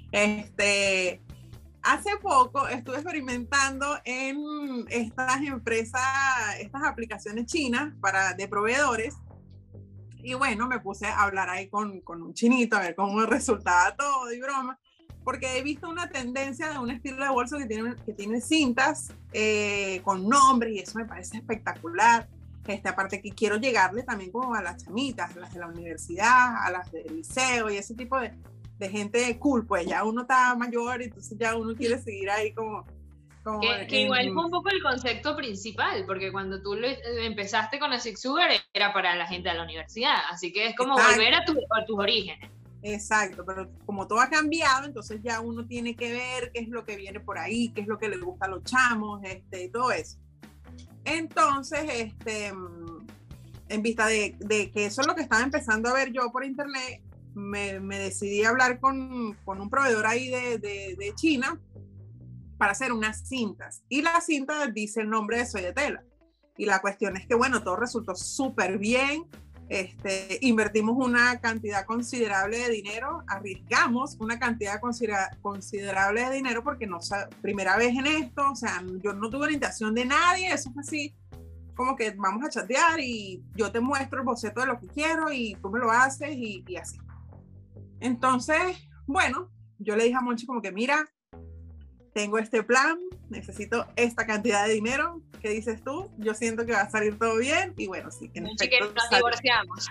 Hace poco estuve experimentando en estas empresas, estas aplicaciones chinas de proveedores. Y bueno, me puse a hablar ahí con un chinito a ver cómo resultaba todo y broma. Porque he visto una tendencia de un estilo de bolso que tiene cintas con nombres y eso me parece espectacular. Aparte que quiero llegarle también como a las chamitas, a las de la universidad, a las del liceo y ese tipo de gente cool, pues ya uno está mayor, entonces ya uno quiere seguir ahí como que igual fue un poco el concepto principal, porque cuando tú empezaste con la Six Sugar era para la gente de la universidad, así que es como volver a tus orígenes. Exacto, pero como todo ha cambiado, entonces ya uno tiene que ver qué es lo que viene por ahí, qué es lo que les gusta a los chamos, y todo eso. Entonces, en vista de que eso es lo que estaba empezando a ver yo por internet, me decidí a hablar con un proveedor ahí de China para hacer unas cintas. Y la cinta dice el nombre de Soy de Tela. Y la cuestión es que, bueno, todo resultó súper bien. Invertimos una cantidad considerable de dinero, arriesgamos una cantidad considerable de dinero porque primera vez en esto, o sea, yo no tuve la intención de nadie, eso fue así, como que vamos a chatear y yo te muestro el boceto de lo que quiero y tú me lo haces y así. Entonces, bueno, yo le dije a Monchi como que mira, tengo este plan, necesito esta cantidad de dinero, ¿qué dices tú? Yo siento que va a salir todo bien y bueno, sí. Que nos divorciamos.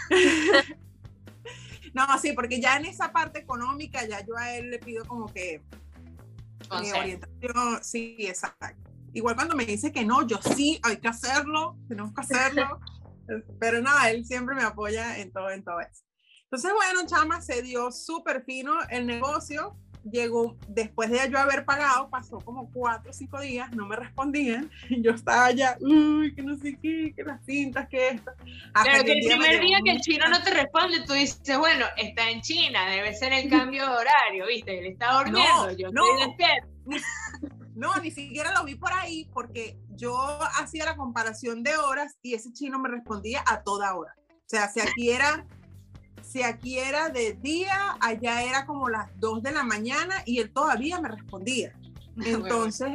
No, sí, porque ya en esa parte económica ya yo a él le pido como que orientación, sí, exacto. Igual cuando me dice que no, yo sí, hay que hacerlo, tenemos que hacerlo, pero nada, él siempre me apoya en todo eso. Entonces, bueno, chama, se dio súper fino el negocio. Llegó, después de yo haber pagado, pasó como 4 o 5 días, no me respondían, yo estaba ya, que no sé qué, que las cintas, que esto. Pero que el primer día que el chino no te responde, tú dices, bueno, está en China, debe ser el cambio de horario, ¿viste? Él está durmiendo, yo estoy despierto. No, ni siquiera lo vi por ahí, porque yo hacía la comparación de horas y ese chino me respondía a toda hora. O sea, si aquí era de día, allá era como las 2 de la mañana y él todavía me respondía. Entonces,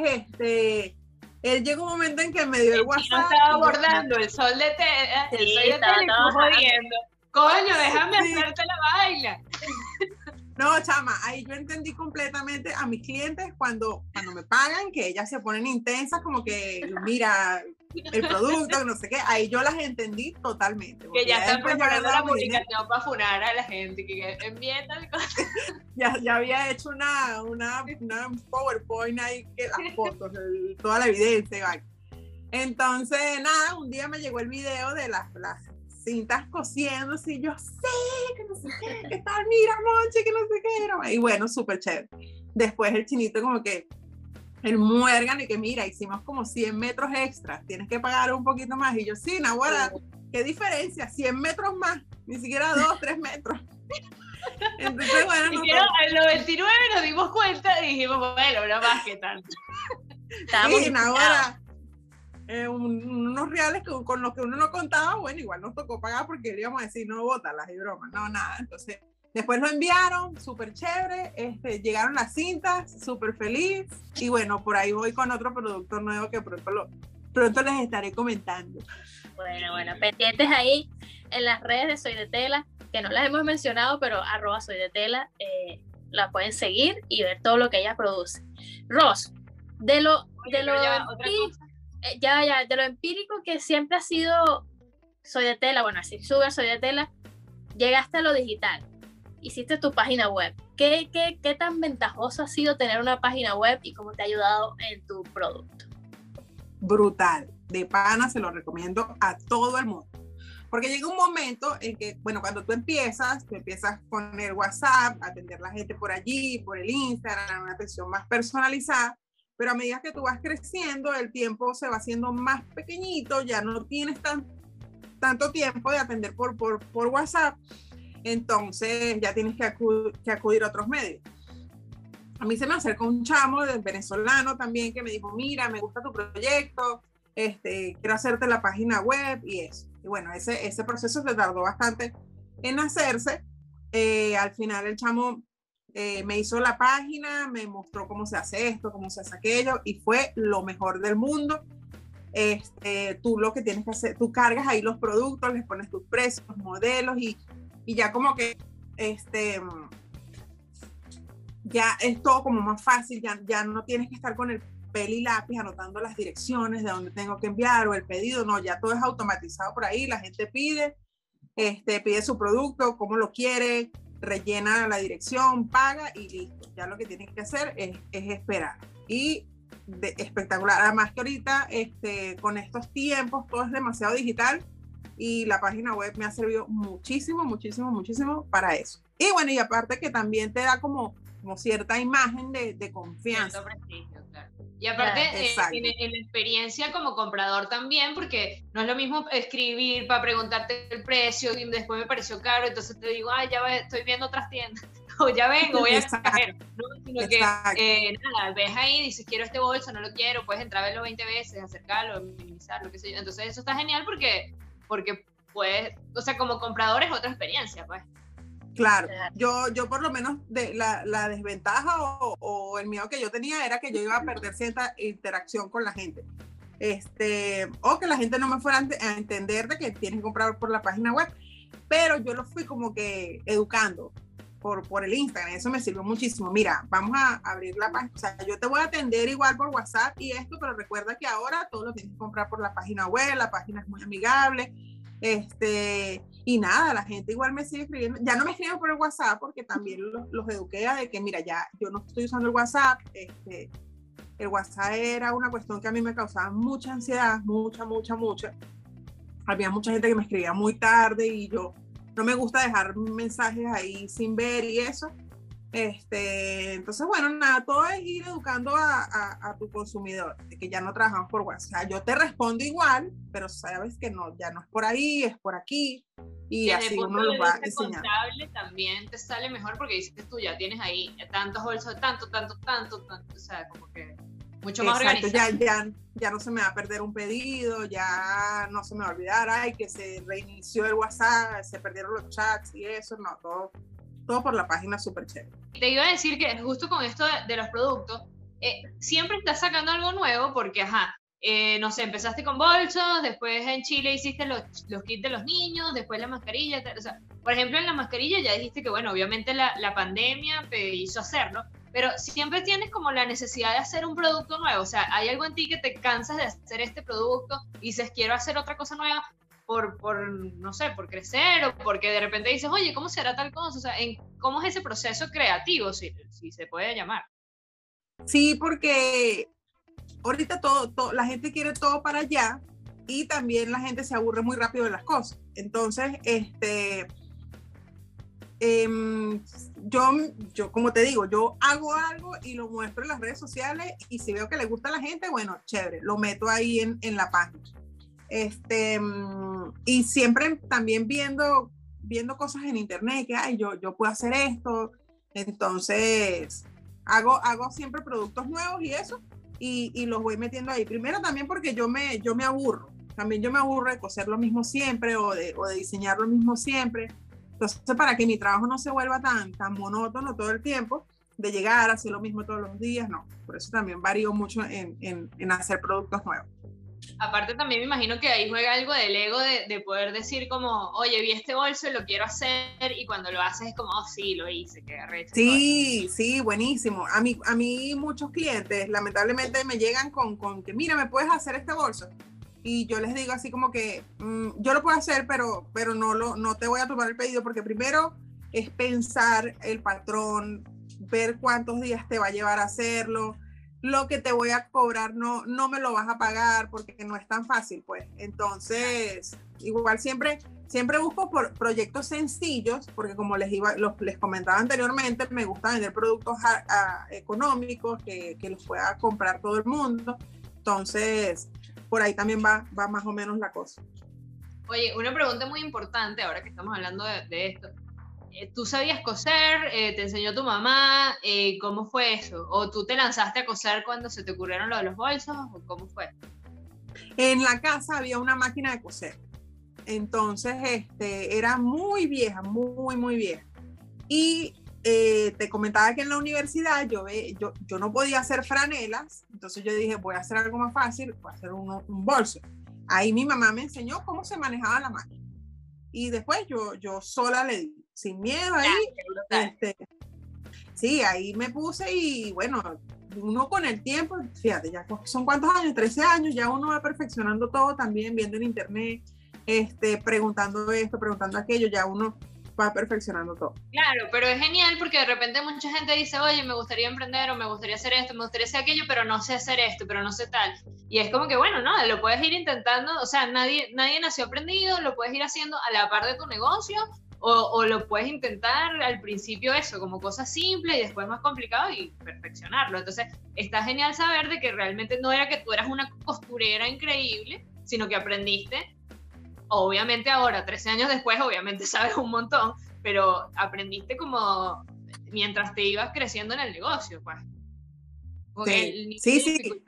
él llegó un momento en que me dio el WhatsApp. No estaba abordando el sol de Tela, el sol de Tela y tú jodiendo. Coño, déjame hacerte la baila. No, chama, ahí yo entendí completamente a mis clientes cuando me pagan, que ellas se ponen intensas, como que, mira, el producto, no sé qué, ahí yo las entendí totalmente. Que ya están preparando la publicación para funar a la gente, que envíen tal cosa. Ya había hecho una PowerPoint ahí, que las fotos, toda la evidencia. Entonces, nada, un día me llegó el video de las cintas cosiéndose y yo, sí, que no sé qué, que tal, mira, Monchi, que no sé qué. Y bueno, súper chévere. Después el chinito como que, el muérgano y que mira, hicimos como 100 metros extras, tienes que pagar un poquito más. Y yo, sí, Nahuara, ¿qué diferencia? 100 metros más, ni siquiera 2, 3 metros. Entonces, bueno. En los 29 nos dimos cuenta y dijimos, bueno, no más que tanto. Sí, Nahuara, unos reales con los que uno no contaba, bueno, igual nos tocó pagar porque le íbamos a decir, no, bótalas y bromas, no, nada. Entonces, después lo enviaron, súper chévere, llegaron las cintas, súper feliz, y bueno, por ahí voy con otro producto nuevo que pronto les estaré comentando. Bueno, pendientes ahí en las redes de Soy de Tela, que no las hemos mencionado, pero @soydetela, la pueden seguir y ver todo lo que ella produce. Ros, de lo empírico que siempre ha sido Soy de Tela, bueno, así Sugar, Soy de Tela, llegaste a lo digital, hiciste tu página web. ¿Qué tan ventajoso ha sido tener una página web y cómo te ha ayudado en tu producto? Brutal, de pana, se lo recomiendo a todo el mundo. Porque llega un momento en que, bueno, cuando tú empiezas con el WhatsApp, a atender a la gente por allí, por el Instagram, una atención más personalizada, pero a medida que tú vas creciendo, el tiempo se va haciendo más pequeñito, ya no tienes tanto tiempo de atender por WhatsApp, entonces ya tienes que acudir a otros medios. a mí se me acercó un chamo venezolano también que me dijo, mira, me gusta tu proyecto, quiero hacerte la página web y eso. Y bueno, ese proceso se tardó bastante en hacerse. Al final el chamo me hizo la página, me mostró cómo se hace esto, cómo se hace aquello, y fue lo mejor del mundo. Tú lo que tienes que hacer, tú cargas ahí los productos, les pones tus precios, modelos, y ya como que ya es todo como más fácil, ya no tienes que estar con el papel y lápiz anotando las direcciones de dónde tengo que enviar o el pedido, no, ya todo es automatizado por ahí, la gente pide su producto, cómo lo quiere, rellena la dirección, paga y listo. Ya lo que tienes que hacer es esperar. Y espectacular. Además que ahorita con estos tiempos todo es demasiado digital y la página web me ha servido muchísimo, muchísimo, muchísimo para eso. Y bueno, y aparte que también te da como cierta imagen de confianza. Prestigio, claro. Y aparte, en la experiencia como comprador también, porque no es lo mismo escribir para preguntarte el precio y después me pareció caro, entonces te digo, ya estoy viendo otras tiendas, o ya vengo, voy a caer, ¿no? Sino que nada, ves ahí, dices, quiero este bolso, no lo quiero, puedes entrar a verlo 20 veces, acercarlo, minimizar, lo que sé yo. Entonces eso está genial porque puedes, o sea, como comprador es otra experiencia, pues. Claro, yo por lo menos la desventaja o el miedo que yo tenía era que yo iba a perder cierta interacción con la gente. O que la gente no me fuera a entender de que tienes que comprar por la página web, pero yo lo fui como que educando por el Instagram, eso me sirvió muchísimo. Mira, vamos a abrir la página, o sea, yo te voy a atender igual por WhatsApp y esto, pero recuerda que ahora todo lo tienes que comprar por la página web, la página es muy amigable. Y nada, la gente igual me sigue escribiendo, ya no me escriben por el WhatsApp porque también los eduqué a de que mira, ya yo no estoy usando el WhatsApp, el WhatsApp era una cuestión que a mí me causaba mucha ansiedad, mucha, había mucha gente que me escribía muy tarde y yo no me gusta dejar mensajes ahí sin ver y eso. Entonces, bueno, nada, todo es ir educando a tu consumidor, de que ya no trabajamos por WhatsApp. Yo te respondo igual, pero sabes que no, ya no es por ahí, es por aquí, y así uno lo va enseñando. También te sale mejor porque dices tú ya tienes ahí tantos bolsos, tanto, o sea, como que mucho más organizado. Ya no se me va a perder un pedido, ya no se me va a olvidar, ay, que se reinició el WhatsApp, se perdieron los chats y eso, no, todo por la página súper chévere. Te iba a decir que justo con esto de los productos, siempre estás sacando algo nuevo porque, no sé, empezaste con bolsos, después en Chile hiciste los kits de los niños, después la mascarilla, o sea, por ejemplo, en la mascarilla ya dijiste que, bueno, obviamente la pandemia te hizo hacerlo, pero siempre tienes como la necesidad de hacer un producto nuevo, o sea, hay algo en ti que te cansas de hacer este producto y dices, quiero hacer otra cosa nueva, no sé, por crecer o porque de repente dices, oye, ¿cómo será tal cosa? O sea, ¿cómo es ese proceso creativo, si se puede llamar? Sí, porque ahorita la gente quiere todo para allá y también la gente se aburre muy rápido de las cosas. Entonces, yo como te digo, yo hago algo y lo muestro en las redes sociales y si veo que le gusta a la gente, bueno, chévere, lo meto ahí en la página. Y siempre también viendo cosas en internet que yo puedo hacer esto, entonces hago siempre productos nuevos y eso y los voy metiendo ahí. Primero también porque yo me aburro, también yo me aburro de coser lo mismo siempre o de diseñar lo mismo siempre, entonces para que mi trabajo no se vuelva tan monótono todo el tiempo de llegar a hacer lo mismo todos los días, no, por eso también varío mucho en hacer productos nuevos. Aparte también me imagino que ahí juega algo del ego de poder decir como, oye, vi este bolso y lo quiero hacer, y cuando lo haces es como, oh, sí, lo hice, qué arrecho. Sí, buenísimo. A mí muchos clientes lamentablemente me llegan con que, mira, ¿me puedes hacer este bolso? Y yo les digo así como que, yo lo puedo hacer, pero no te voy a tomar el pedido, porque primero es pensar el patrón, ver cuántos días te va a llevar a hacerlo, lo que te voy a cobrar no me lo vas a pagar porque no es tan fácil, pues. Entonces, igual siempre busco por proyectos sencillos, porque como les comentaba anteriormente, me gusta vender productos económicos que los pueda comprar todo el mundo. Entonces, por ahí también va más o menos la cosa. Oye, una pregunta muy importante ahora que estamos hablando de esto. ¿tú sabías coser? ¿Te enseñó tu mamá? ¿Cómo fue eso? ¿O tú te lanzaste a coser cuando se te ocurrieron lo de los bolsos? ¿O cómo fue? En la casa había una máquina de coser. Entonces, era muy vieja, muy vieja. Y te comentaba que en la universidad yo no podía hacer franelas, entonces yo dije, voy a hacer algo más fácil, voy a hacer un bolso. Ahí mi mamá me enseñó cómo se manejaba la máquina. Y después yo sola le di, sin miedo ahí. Sí, ahí me puse y bueno, uno con el tiempo, fíjate, ya son cuántos años, 13 años, ya uno va perfeccionando todo también, viendo en internet, preguntando esto, preguntando aquello, ya uno va perfeccionando todo. Claro, pero es genial porque de repente mucha gente dice, oye, me gustaría emprender o me gustaría hacer esto, me gustaría hacer aquello, pero no sé hacer esto, pero no sé tal. Y es como que, bueno, no, lo puedes ir intentando, o sea, nadie nació aprendido, lo puedes ir haciendo a la par de tu negocio o lo puedes intentar al principio eso, como cosas simples y después más complicado y perfeccionarlo. Entonces, está genial saber de que realmente no era que tú eras una costurera increíble, sino que aprendiste. Obviamente ahora, 13 años después, obviamente sabes un montón, pero aprendiste como mientras te ibas creciendo en el negocio, pues. Sí.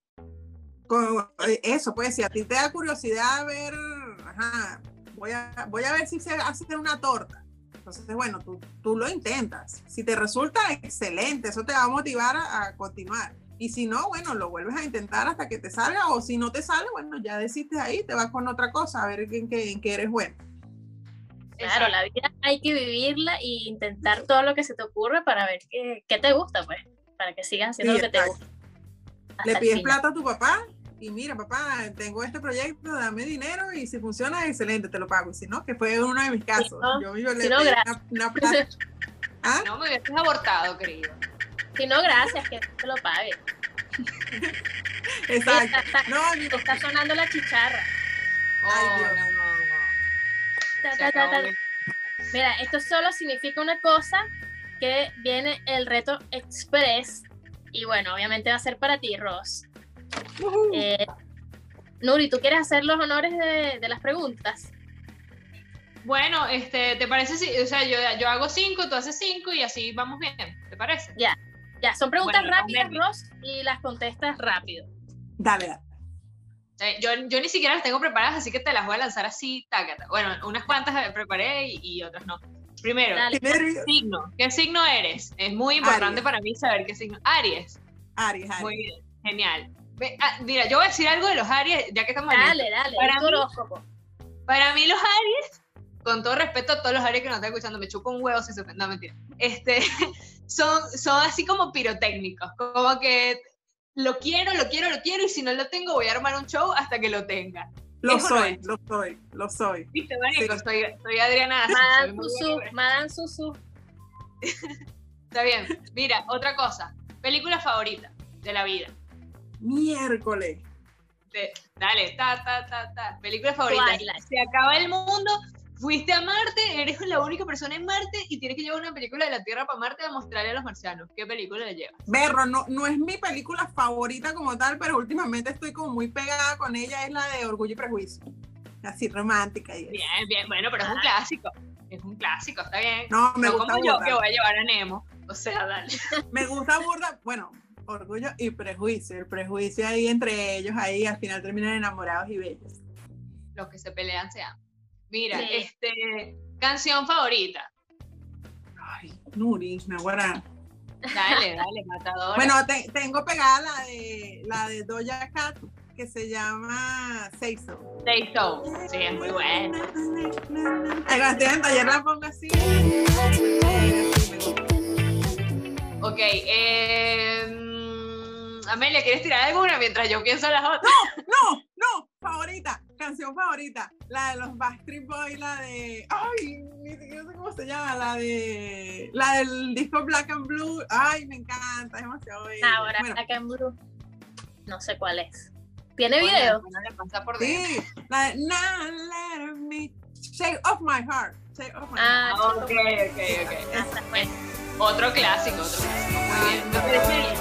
Eso, pues, si a ti te da curiosidad ver, voy a ver si sé hacer una torta. Entonces, bueno, tú lo intentas. Si te resulta excelente, eso te va a motivar a continuar. Y si no, bueno, lo vuelves a intentar hasta que te salga, o si no te sale, bueno, ya desistes ahí, te vas con otra cosa, a ver en qué eres bueno. Claro, la vida hay que vivirla e intentar todo lo que se te ocurre para ver qué te gusta, pues, para que sigas haciendo lo que te gusta. Le pides plata a tu papá y mira, papá, tengo este proyecto, dame dinero y si funciona, excelente, te lo pago. Y si no, que fue uno de mis casos. Yo le pedí una plata. ¿Ah? No me hubieses abortado, querido. Si no, gracias, que te lo pague. Exacto. Está sonando la chicharra. Ay, Dios. Mira, esto solo significa una cosa, que viene el reto express. Y bueno, obviamente va a ser para ti, Ros. Nuri, ¿tú quieres hacer los honores de las preguntas? Bueno, ¿te parece si, o sea, yo hago 5, tú haces 5 y así vamos bien? ¿Te parece? Ya, son preguntas rápidas, Ros, y las contestas rápido. Dale. Yo ni siquiera las tengo preparadas, así que te las voy a lanzar así, tácata. Bueno, unas cuantas preparé y otras no. Primero, signo. ¿Qué signo eres? Es muy importante Aries. Para mí saber qué signo. Aries. Muy bien, genial. Mira, yo voy a decir algo de los Aries, ya que estamos Dale, para mí los Aries, con todo respeto a todos los Aries que nos están escuchando, me chupo un huevo si se ofenden, no, mentira. Son así como pirotécnicos, como que lo quiero, y si no lo tengo voy a armar un show hasta que lo tenga. Lo soy. ¿Viste, marico? Sí. Soy Adriana. Madame Susu. Está bien. Mira, otra cosa. Película favorita de la vida. Miércoles. Dale, película favorita. Twilight. Se acaba el mundo, fuiste a Marte, eres la única persona en Marte y tienes que llevar una película de la Tierra para Marte a mostrarle a los marcianos. ¿Qué película le llevas? Berro, no es mi película favorita como tal, pero últimamente estoy como muy pegada con ella, es la de Orgullo y Prejuicio. Así romántica. Y bien, bueno, pero es un clásico. Es un clásico, está bien. No, me gusta como burda. Yo que voy a llevar a Nemo. O sea, dale. Me gusta burda, bueno, Orgullo y Prejuicio. El prejuicio ahí entre ellos, ahí al final terminan enamorados y bellos. Los que se pelean se aman. Mira, canción favorita. Ay, Nuri, me aguarda. Dale, matadora. Bueno, tengo pegada la de Doja Cat, que se llama Say So. Say So, sí, es muy buena. Estoy en taller, la pongo así. Ok, Amelia, ¿quieres tirar alguna mientras yo pienso en las otras? No, canción favorita, la de los Backstreet Boys, la de, ay, ni siquiera sé cómo se llama, la del disco Black and Blue, ay, me encanta, es demasiado bella. Ahora, bueno. Black and Blue, no sé cuál es. ¿Tiene video? No le pasa por sí, la de Now Let Me Shake Off My Heart. Ok. Otro clásico, muy bien.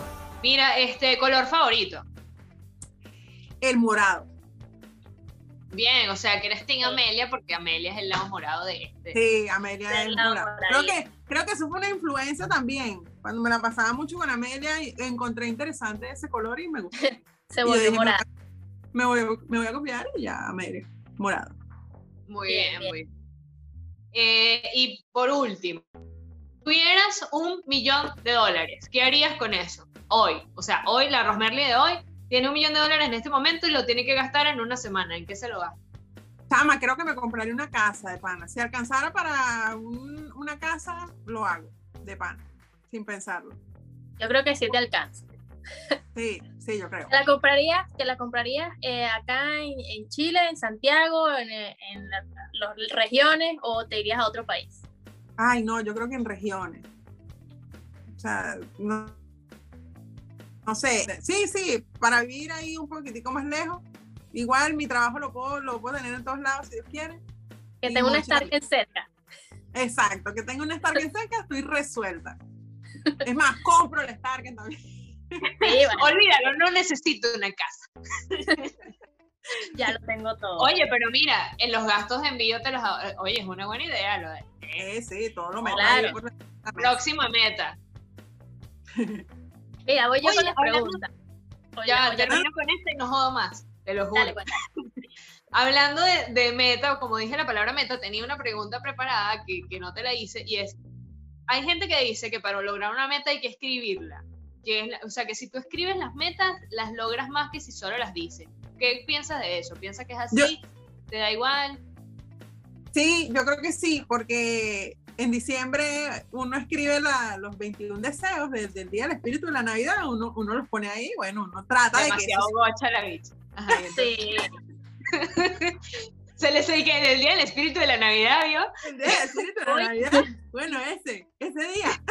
Mira, color favorito. El morado. Bien, o sea, que eres Team Amelia porque Amelia es el lado morado de este. Sí, Amelia es El lado morada. moradito. Creo que eso fue una influencia también. Cuando me la pasaba mucho con Amelia, encontré interesante ese color y me gustó. Se Y yo volvió dije, morada. me voy a copiar y ya, Amelia, morado. Muy Bien, bien, muy bien. Y por último, tuvieras $1 millón, ¿qué harías con eso? Hoy, o sea, hoy, la Rosmerly de hoy, tiene $1 millón en este momento y lo tiene que gastar en una semana. ¿En qué se lo gasta? Chama, creo que me compraría una casa de pana. Si alcanzara para una casa, lo hago de pana, sin pensarlo. Yo creo que sí te alcanza. Sí, yo creo. ¿Te la comprarías acá en Chile, en Santiago, en las regiones, o te irías a otro país? Ay, no, yo creo que en regiones. O sea, no sé. Sí, para vivir ahí un poquitico más lejos. Igual mi trabajo lo puedo tener en todos lados, si Dios quiere. Que Y tenga una mucha- Starken cerca. Exacto, que tenga una Starken cerca, estoy resuelta. Es más, compro el Starken también. Sí, bueno, Olvídalo, no necesito una casa. ya lo tengo todo. Oye, pero mira, en los gastos de envío oye, es una buena idea lo de Sí, todo lo meto Claro. ahí por la mesa. próxima meta. Mira, voy yo Oye, con las hablando- preguntas. Ya, termino con esta y no jodo más, te lo juro. Dale, cuenta. Hablando de meta, como dije la palabra meta, tenía una pregunta preparada que no te la hice y es, hay gente que dice que para lograr una meta hay que escribirla, o sea, que si tú escribes las metas, las logras más que si solo las dices. ¿Qué piensas de eso? ¿Piensas que es así? ¿Te da igual? Sí, yo creo que sí, porque en diciembre uno escribe los 21 deseos del Día del Espíritu de la Navidad, uno los pone ahí, bueno, uno trata Demasiado de gocha la bicha. Ajá, y entonces, Sí, se les dice que en el día del espíritu de la Navidad, ¿vio? que el Día del Espíritu de la Navidad, bueno, ese día.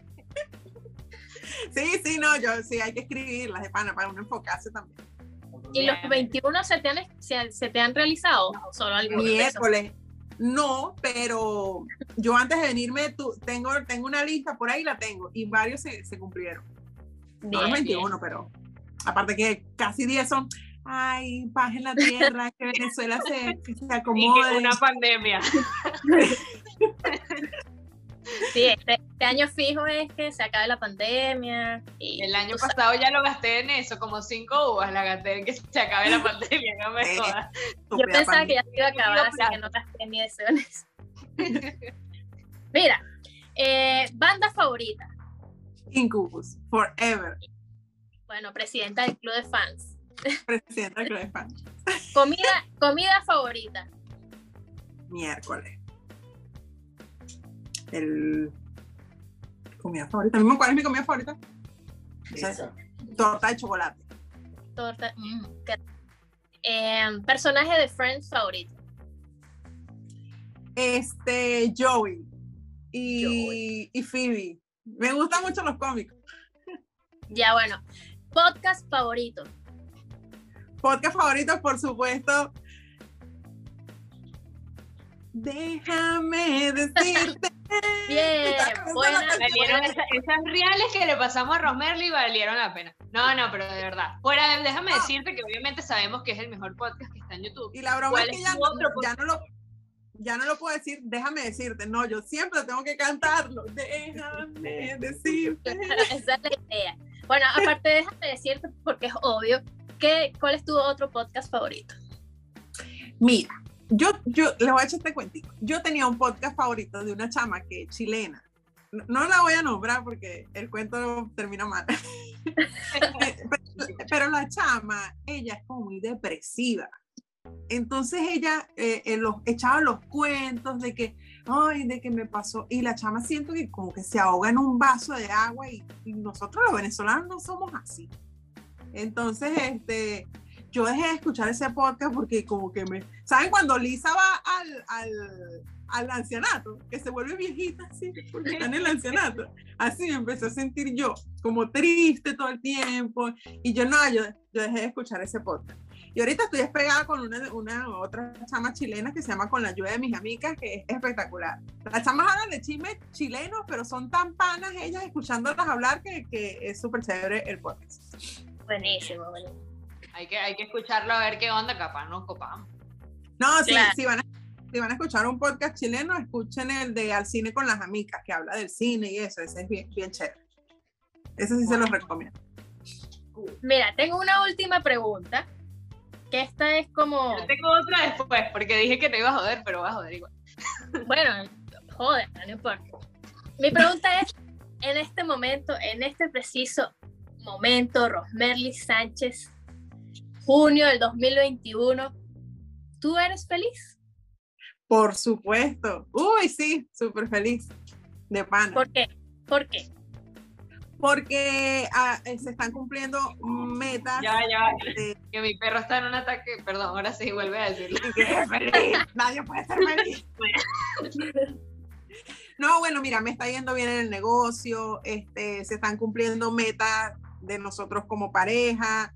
Sí, no, sí hay que escribirlas de pana para uno enfocarse también. ¿y los 21 se te han realizado? ¿O solo algunos de esos? Miércoles. No, pero yo antes de venirme, tengo una lista por ahí, la tengo, y varios se cumplieron. No los Bien, 21, pero aparte que casi 10 son, ay, paz en la tierra, que Venezuela se Y que acomode. una pandemia. Sí, este año fijo es que se acabe la pandemia. Y El año tú sabes, pasado ya lo gasté en eso, como 5 uvas la gasté en que se acabe la pandemia, no me jodas. yo pensaba que ya se iba a acabar, así que no gasté mi deseo en eso. Mira, banda favorita. Incubus, forever, Bueno, presidenta del club de fans. presidenta del Club de Fans. Comida favorita. Miércoles. Comida favorita. ¿Mismo cuál es mi comida favorita? Pizza. Torta de chocolate. Torta. Personaje de Friends favorito. Joey y Phoebe. Me gustan mucho los cómicos. Ya, bueno. Podcast favorito. Podcast favorito, por supuesto. Déjame decirte. Bien, buena. Valieron esas reales que le pasamos a Rosmerly valieron la pena. No, pero de verdad. Déjame decirte que obviamente sabemos que es el mejor podcast que está en YouTube. Y la broma ¿Cuál es que es tu otro ya no lo puedo decir, déjame decirte. No, yo siempre tengo que cantarlo. Déjame decirte. Esa es la idea. Bueno, aparte déjame decirte, porque es obvio, ¿cuál es tu otro podcast favorito? Mira, yo les voy a echar este cuentito. Yo tenía un podcast favorito de una chama que es chilena. No la voy a nombrar porque el cuento termina mal. pero la chama, ella es como muy depresiva. Entonces ella echaba los cuentos de que, ay, de que me pasó. Y la chama siento que como que se ahoga en un vaso de agua y nosotros los venezolanos no somos así. Entonces, yo dejé de escuchar ese podcast porque como que ¿saben cuando Lisa va al ancianato? Que se vuelve viejita así, porque está en el ancianato. Así me empecé a sentir yo, como triste todo el tiempo. Y yo dejé de escuchar ese podcast. Y ahorita estoy despegada con una otra chama chilena que se llama Con la ayuda de mis amigas, que es espectacular. Las chamas hablan de chismes chilenos, pero son tan panas ellas escuchándolas hablar que es súper chévere el podcast. Buenísimo. Hay que escucharlo a ver qué onda, capaz nos copamos. No, sí, Claro. si van a escuchar un podcast chileno, escuchen el de Al Cine con las Amicas, que habla del cine y eso, ese es bien, bien chévere. Ese sí se los recomiendo. Mira, tengo una última pregunta, que esta es como, Yo tengo otra después, porque dije que no iba a joder, pero va a joder igual. bueno, joder, no importa. Mi pregunta es, en este momento, en este preciso momento, Rosmerly Sánchez, junio del 2021, ¿tú eres feliz? Por supuesto. Uy, sí, súper feliz. De pana. ¿Por qué? ¿Por qué? Porque se están cumpliendo metas. Ya, de- que mi perro está en un ataque, perdón, ahora sí, vuelve a decirlo. que es feliz. Nadie puede ser feliz. No, bueno, mira, me está yendo bien en el negocio, se están cumpliendo metas de nosotros como pareja,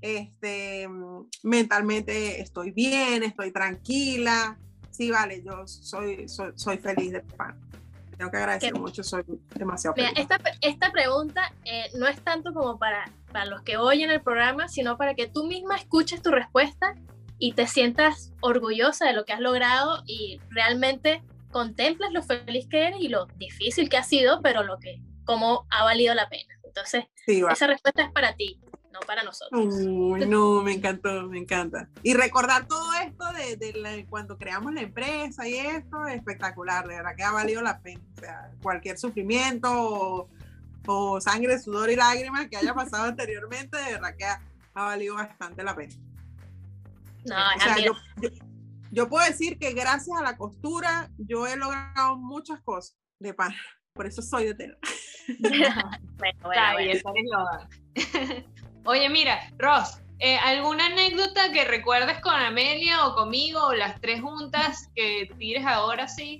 mentalmente estoy bien, estoy tranquila. Sí, vale, yo soy feliz de pan. Tengo que agradecer mucho, soy demasiado Mira, feliz. esta pregunta no es tanto como para los que oyen el programa, sino para que tú misma escuches tu respuesta y te sientas orgullosa de lo que has logrado y realmente contemples lo feliz que eres y lo difícil que ha sido, pero cómo ha valido la pena. Entonces, Sí, va. esa respuesta es para ti, no para nosotros. Uy, no, me encantó, me encanta. Y recordar todo esto cuando creamos la empresa y esto, espectacular, de verdad que ha valido la pena. O sea, cualquier sufrimiento o sangre, sudor y lágrimas que haya pasado anteriormente, de verdad que ha valido bastante la pena. No, O sea, amiga, yo puedo decir que gracias a la costura yo he logrado muchas cosas de pan. Por eso soy de tela. bueno. Está bien, loda. Oye, mira, Ros, ¿alguna anécdota que recuerdes con Amelia o conmigo o las tres juntas que tires ahora sí?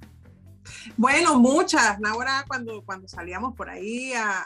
Bueno, muchas. Ahora cuando salíamos por ahí a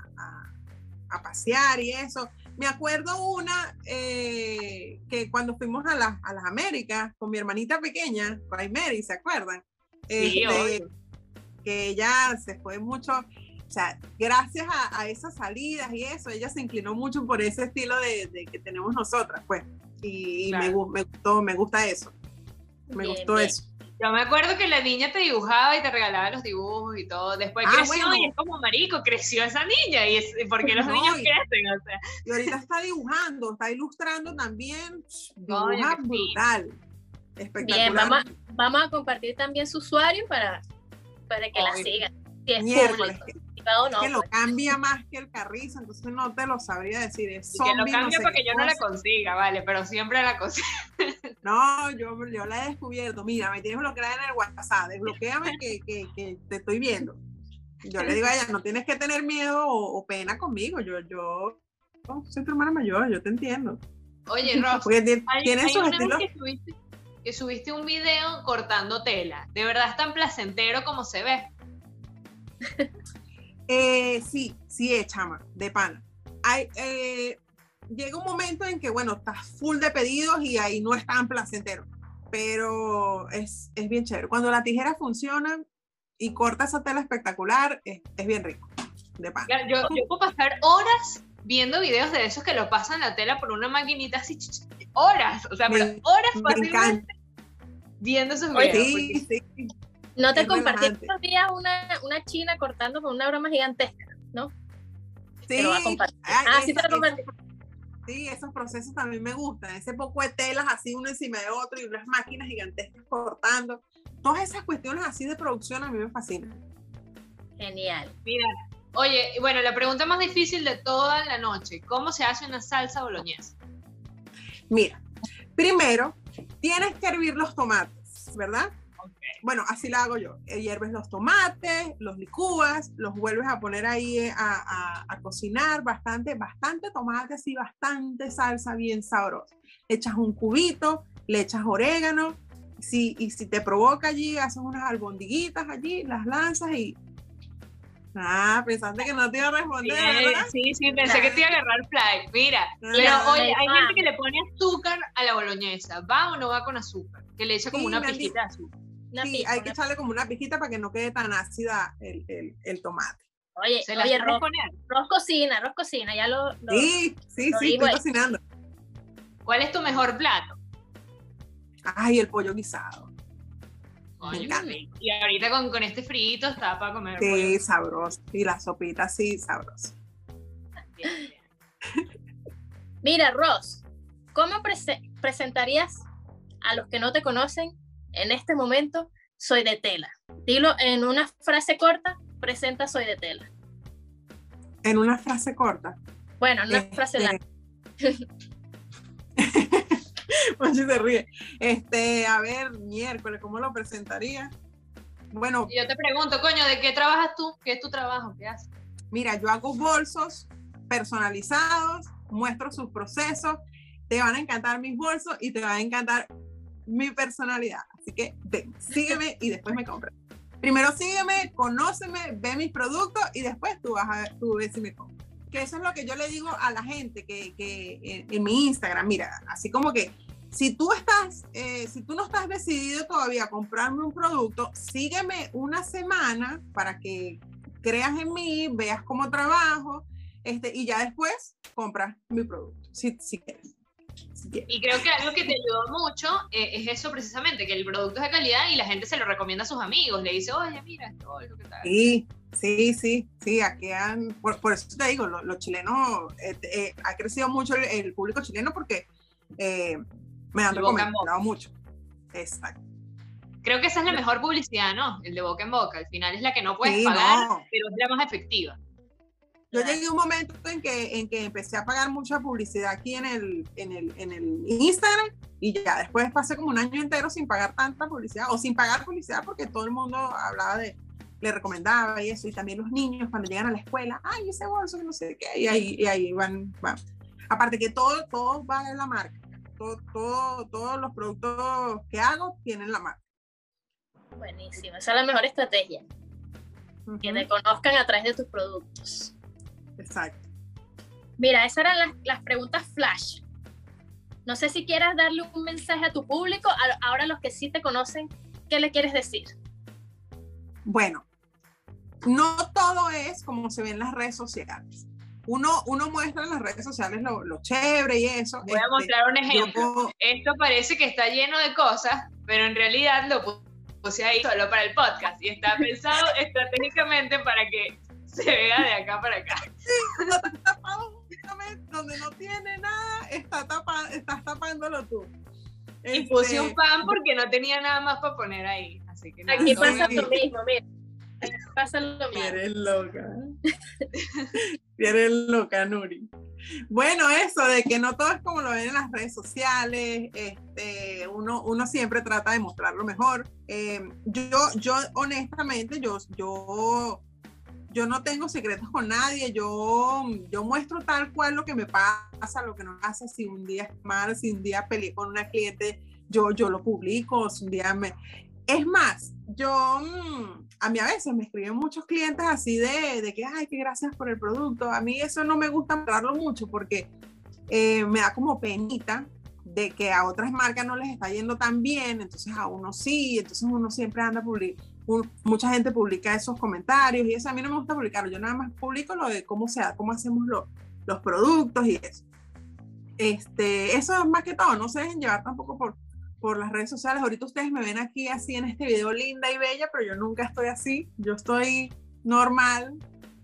pasear y eso. Me acuerdo una que cuando fuimos a las Américas con mi hermanita pequeña, Raimeri, ¿se acuerdan? Sí, obvio. Que ella se fue mucho, o sea, gracias a esas salidas y eso, ella se inclinó mucho por ese estilo de que tenemos nosotras, pues. Y Claro. me gusta eso. Me gustó eso. Yo me acuerdo que la niña te dibujaba y te regalaba los dibujos y todo. Después creció bueno. y es como marico, creció esa niña. ¿Y porque los No, niños crecen? O sea, Y ahorita está dibujando, está ilustrando también. Coño, Dibuja que sí. brutal. Espectacular. Bien, vamos a compartir también su usuario para que la Obvio. sigan. Si es Miércoles, público, privado o no, que lo pues. cambia más que el Carrizo, entonces no te lo sabría decir. Es y que lo zombie, cambie no sé para que qué yo no la cosa. consiga, vale, pero siempre la consigo. No, yo la he descubierto. Mira, me tienes bloqueada en el WhatsApp, desbloquéame que te estoy viendo. Yo le digo a ella, no tienes que tener miedo o pena conmigo. Yo soy tu hermana mayor, yo te entiendo. Oye, Ros, Porque hay tienen sus una vez estilos. que subiste un video cortando tela. De verdad es tan placentero como se ve. Sí, chama, de pana. Llega un momento en que, bueno, estás full de pedidos y ahí no es tan placentero, pero es bien chévere. Cuando la tijera funciona y corta esa tela espectacular, es bien rico, de pana. Yo puedo pasar horas viendo videos de esos que lo pasan la tela por una maquinita así, horas, o sea, pero horas Me fácilmente viendo esos videos. Sí, sí. No te Es compartí relajante. estos días una china cortando con una broma gigantesca, ¿no? Sí, Te lo voy a compartir. Ay, Sí te lo compartí. Sí, esos procesos también me gustan. Ese poco de telas así uno encima de otro y unas máquinas gigantescas cortando. Todas esas cuestiones así de producción a mí me fascinan. Genial. Mira, oye, bueno, la pregunta más difícil de toda la noche, ¿cómo se hace una salsa boloñesa? Mira, primero tienes que hervir los tomates, ¿verdad? Okay. Bueno, así la hago yo. Hierves los tomates, los licúas, los vuelves a poner ahí a cocinar, bastante tomate, así, bastante salsa bien sabrosa. Le echas un cubito, le echas orégano, y si te provoca allí, haces unas albondiguitas allí, las lanzas y... pensaste que no te iba a responder, ¿verdad? Sí, pensé que te iba a agarrar fly. Mira, pero oye, hay gente que le pone azúcar a la boloñesa. ¿Va o no va con azúcar? Que le echa como una pizquita de azúcar. Sí, hay que echarle como una pizquita para que no quede tan ácida el tomate. Oye, Ros cocina, ya lo Sí, estoy cocinando. ¿Cuál es tu mejor plato? Ay, el pollo guisado. Coño, Me encanta. y ahorita con este frito está para comer. Sí, pollo. sabroso. Y la sopita, sí, sabroso. Bien, bien. Mira, Ross, ¿cómo presentarías a los que no te conocen en este momento Soy de Tela? Dilo en una frase corta, presenta Soy de Tela. En una frase corta. Bueno, en una frase larga. Monchi se ríe. A ver, miércoles, ¿cómo lo presentaría? Bueno, Y yo te pregunto, coño, ¿de qué trabajas tú? ¿Qué es tu trabajo? ¿Qué haces? mira, yo hago bolsos personalizados, muestro sus procesos, te van a encantar mis bolsos y te va a encantar mi personalidad. Así que ven, sígueme y después me compras. Primero sígueme, conóceme, ve mis productos y después tú ves si me compras. Que eso es lo que yo le digo a la gente que en mi Instagram, mira, así como que si tú no estás decidido todavía a comprarme un producto, sígueme una semana para que creas en mí, veas cómo trabajo, y ya después compras mi producto, si quieres. Y creo que algo que te ayudó mucho es eso precisamente, que el producto es de calidad y la gente se lo recomienda a sus amigos, le dice, oye, mira, esto es lo que tal. Sí, aquí por eso te digo, los chilenos, ha crecido mucho el público chileno porque me han recomendado mucho. Exacto. Creo que esa es la mejor publicidad, ¿no? El de boca en boca, al final es la que no puedes pagar, pero es la más efectiva. Yo llegué a un momento en que empecé a pagar mucha publicidad aquí en el Instagram y ya después pasé como un año entero sin pagar tanta publicidad o sin pagar publicidad porque todo el mundo hablaba le recomendaba y eso, y también los niños cuando llegan a la escuela, ay, ese bolso que no sé qué, y ahí van. Aparte que todo va en la marca, todos los productos que hago tienen la marca. Buenísimo, esa es la mejor estrategia, que te conozcan a través de tus productos. Exacto. Mira, esas eran las preguntas flash. No sé si quieras darle un mensaje a tu público, ahora los que sí te conocen, ¿qué le quieres decir? Bueno, no todo es como se ve en las redes sociales. Uno muestra en las redes sociales lo chévere y eso. Voy a mostrar un ejemplo. Esto parece que está lleno de cosas, pero en realidad lo puse ahí solo para el podcast y está pensado estratégicamente para que se vea de acá para acá. Sí, está tapado justamente donde no tiene nada, estás tapándolo tú. Y puse un pan porque no tenía nada más para poner ahí. Así que nada, aquí pasa lo mismo, mira. Aquí pasa lo mismo. Eres loca, Nuri. Bueno, eso de que no todo es como lo ven en las redes sociales, uno siempre trata de mostrar lo mejor. Yo honestamente, yo no tengo secretos con nadie, yo muestro tal cual lo que me pasa, lo que no pasa, si un día es mal, si un día peleé con una cliente, yo lo publico, si un día Es más, a mí a veces me escriben muchos clientes así de que, ay, que gracias por el producto. A mí eso no me gusta mostrarlo mucho porque me da como penita de que a otras marcas no les está yendo tan bien, entonces a uno sí, entonces uno siempre anda publicando. Mucha gente publica esos comentarios y eso a mí no me gusta publicarlo, yo nada más publico lo de cómo hacemos los productos y eso. Eso es más que todo, no se dejen llevar tampoco por las redes sociales. Ahorita ustedes me ven aquí así en este video linda y bella, pero yo nunca estoy así, yo estoy normal.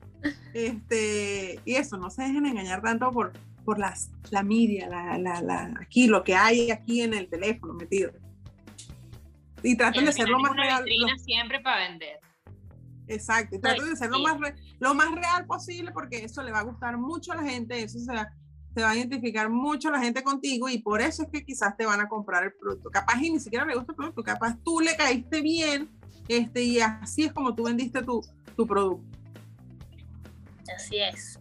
Y eso, no se dejen engañar tanto por la media, aquí, lo que hay aquí en el teléfono metido. Y traten de ser lo más real. Siempre para vender. Exacto, y traten de ser lo más real posible porque eso le va a gustar mucho a la gente, eso se va a identificar mucho la gente contigo y por eso es que quizás te van a comprar el producto. Capaz y ni siquiera le gusta el producto, capaz tú le caíste bien y así es como tú vendiste tu producto. Así es.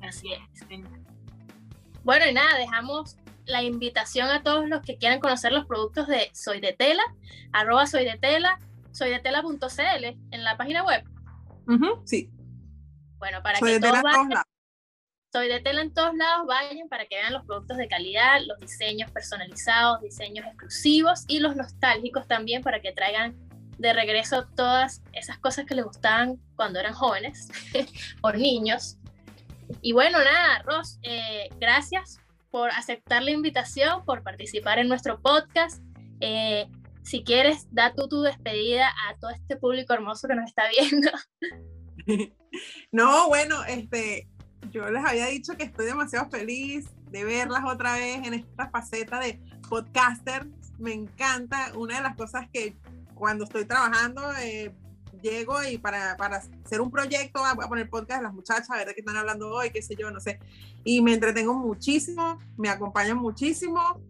Bueno, y nada, dejamos la invitación a todos los que quieran conocer los productos de Soy de Tela, @soydetela, soydetela.cl en la página web. Sí. Bueno, para que todos vayan. Soy de Tela en todos lados, vayan para que vean los productos de calidad, los diseños personalizados, diseños exclusivos y los nostálgicos también para que traigan de regreso todas esas cosas que les gustaban cuando eran jóvenes o niños. Y bueno, nada, Ross, gracias por aceptar la invitación, por participar en nuestro podcast. si quieres, da tú tu despedida a todo este público hermoso que nos está viendo. No, bueno, yo les había dicho que estoy demasiado feliz de verlas otra vez en esta faceta de podcaster. Me encanta. Una de las cosas que cuando estoy trabajando, llego y para hacer un proyecto voy a poner podcast de las muchachas, a ver de qué están hablando hoy, qué sé yo, no sé. Y me entretengo muchísimo, me acompañan muchísimo.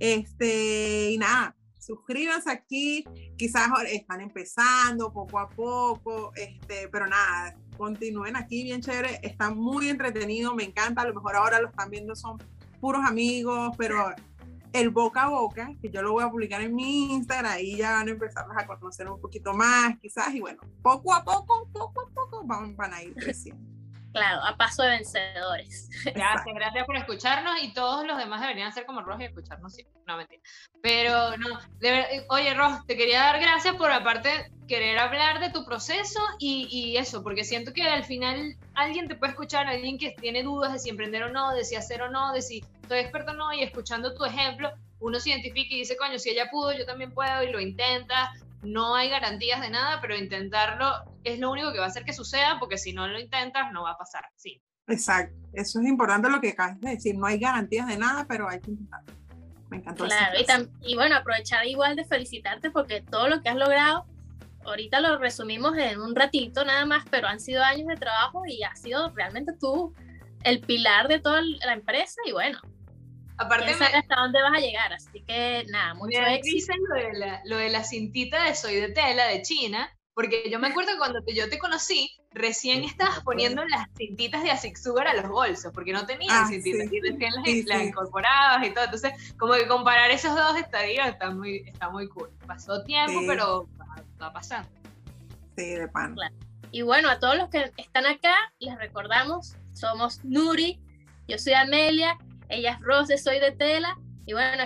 Y nada, suscríbanse aquí, quizás están empezando poco a poco, pero nada, continúen aquí bien chévere, está muy entretenido, me encanta, a lo mejor ahora lo están viendo son puros amigos, pero el boca a boca, que yo lo voy a publicar en mi Instagram, ahí ya van a empezarlos a conocer un poquito más, quizás, y bueno, poco a poco van a ir creciendo. Claro, a paso de vencedores. Gracias por escucharnos, y todos los demás deberían ser como Ros y escucharnos siempre. No, mentira. Pero no, oye, Ros, te quería dar gracias por aparte querer hablar de tu proceso y eso, porque siento que al final alguien te puede escuchar, alguien que tiene dudas de si emprender o no, de si hacer o no, de si soy experto o no, y escuchando tu ejemplo, uno se identifica y dice, coño, si ella pudo, yo también puedo, y lo intenta. No hay garantías de nada, pero intentarlo es lo único que va a hacer que suceda, porque si no lo intentas, no va a pasar. Sí. Exacto, eso es importante lo que acabas de decir, no hay garantías de nada, pero hay que intentarlo. Me encantó. Claro, y bueno, aprovechar igual de felicitarte porque todo lo que has logrado, ahorita lo resumimos en un ratito nada más, pero han sido años de trabajo y has sido realmente tú el pilar de toda la empresa, y bueno, aparte hasta dónde vas a llegar, así que nada, mucho éxito. Dicen lo de la cintita de Soy de Tela de China, porque yo me acuerdo que cuando yo te conocí, recién estabas poniendo las cintitas de Asics Sugar a los bolsos, porque no tenían cintitas, y recién las incorporabas y todo. Entonces, como que comparar esos dos estadios está muy cool. Pasó tiempo, pero va pasando. Sí, de pan. Claro. Y bueno, a todos los que están acá, les recordamos, somos Nuri, yo soy Amelia, ella es Ros de Soy de Tela, y bueno,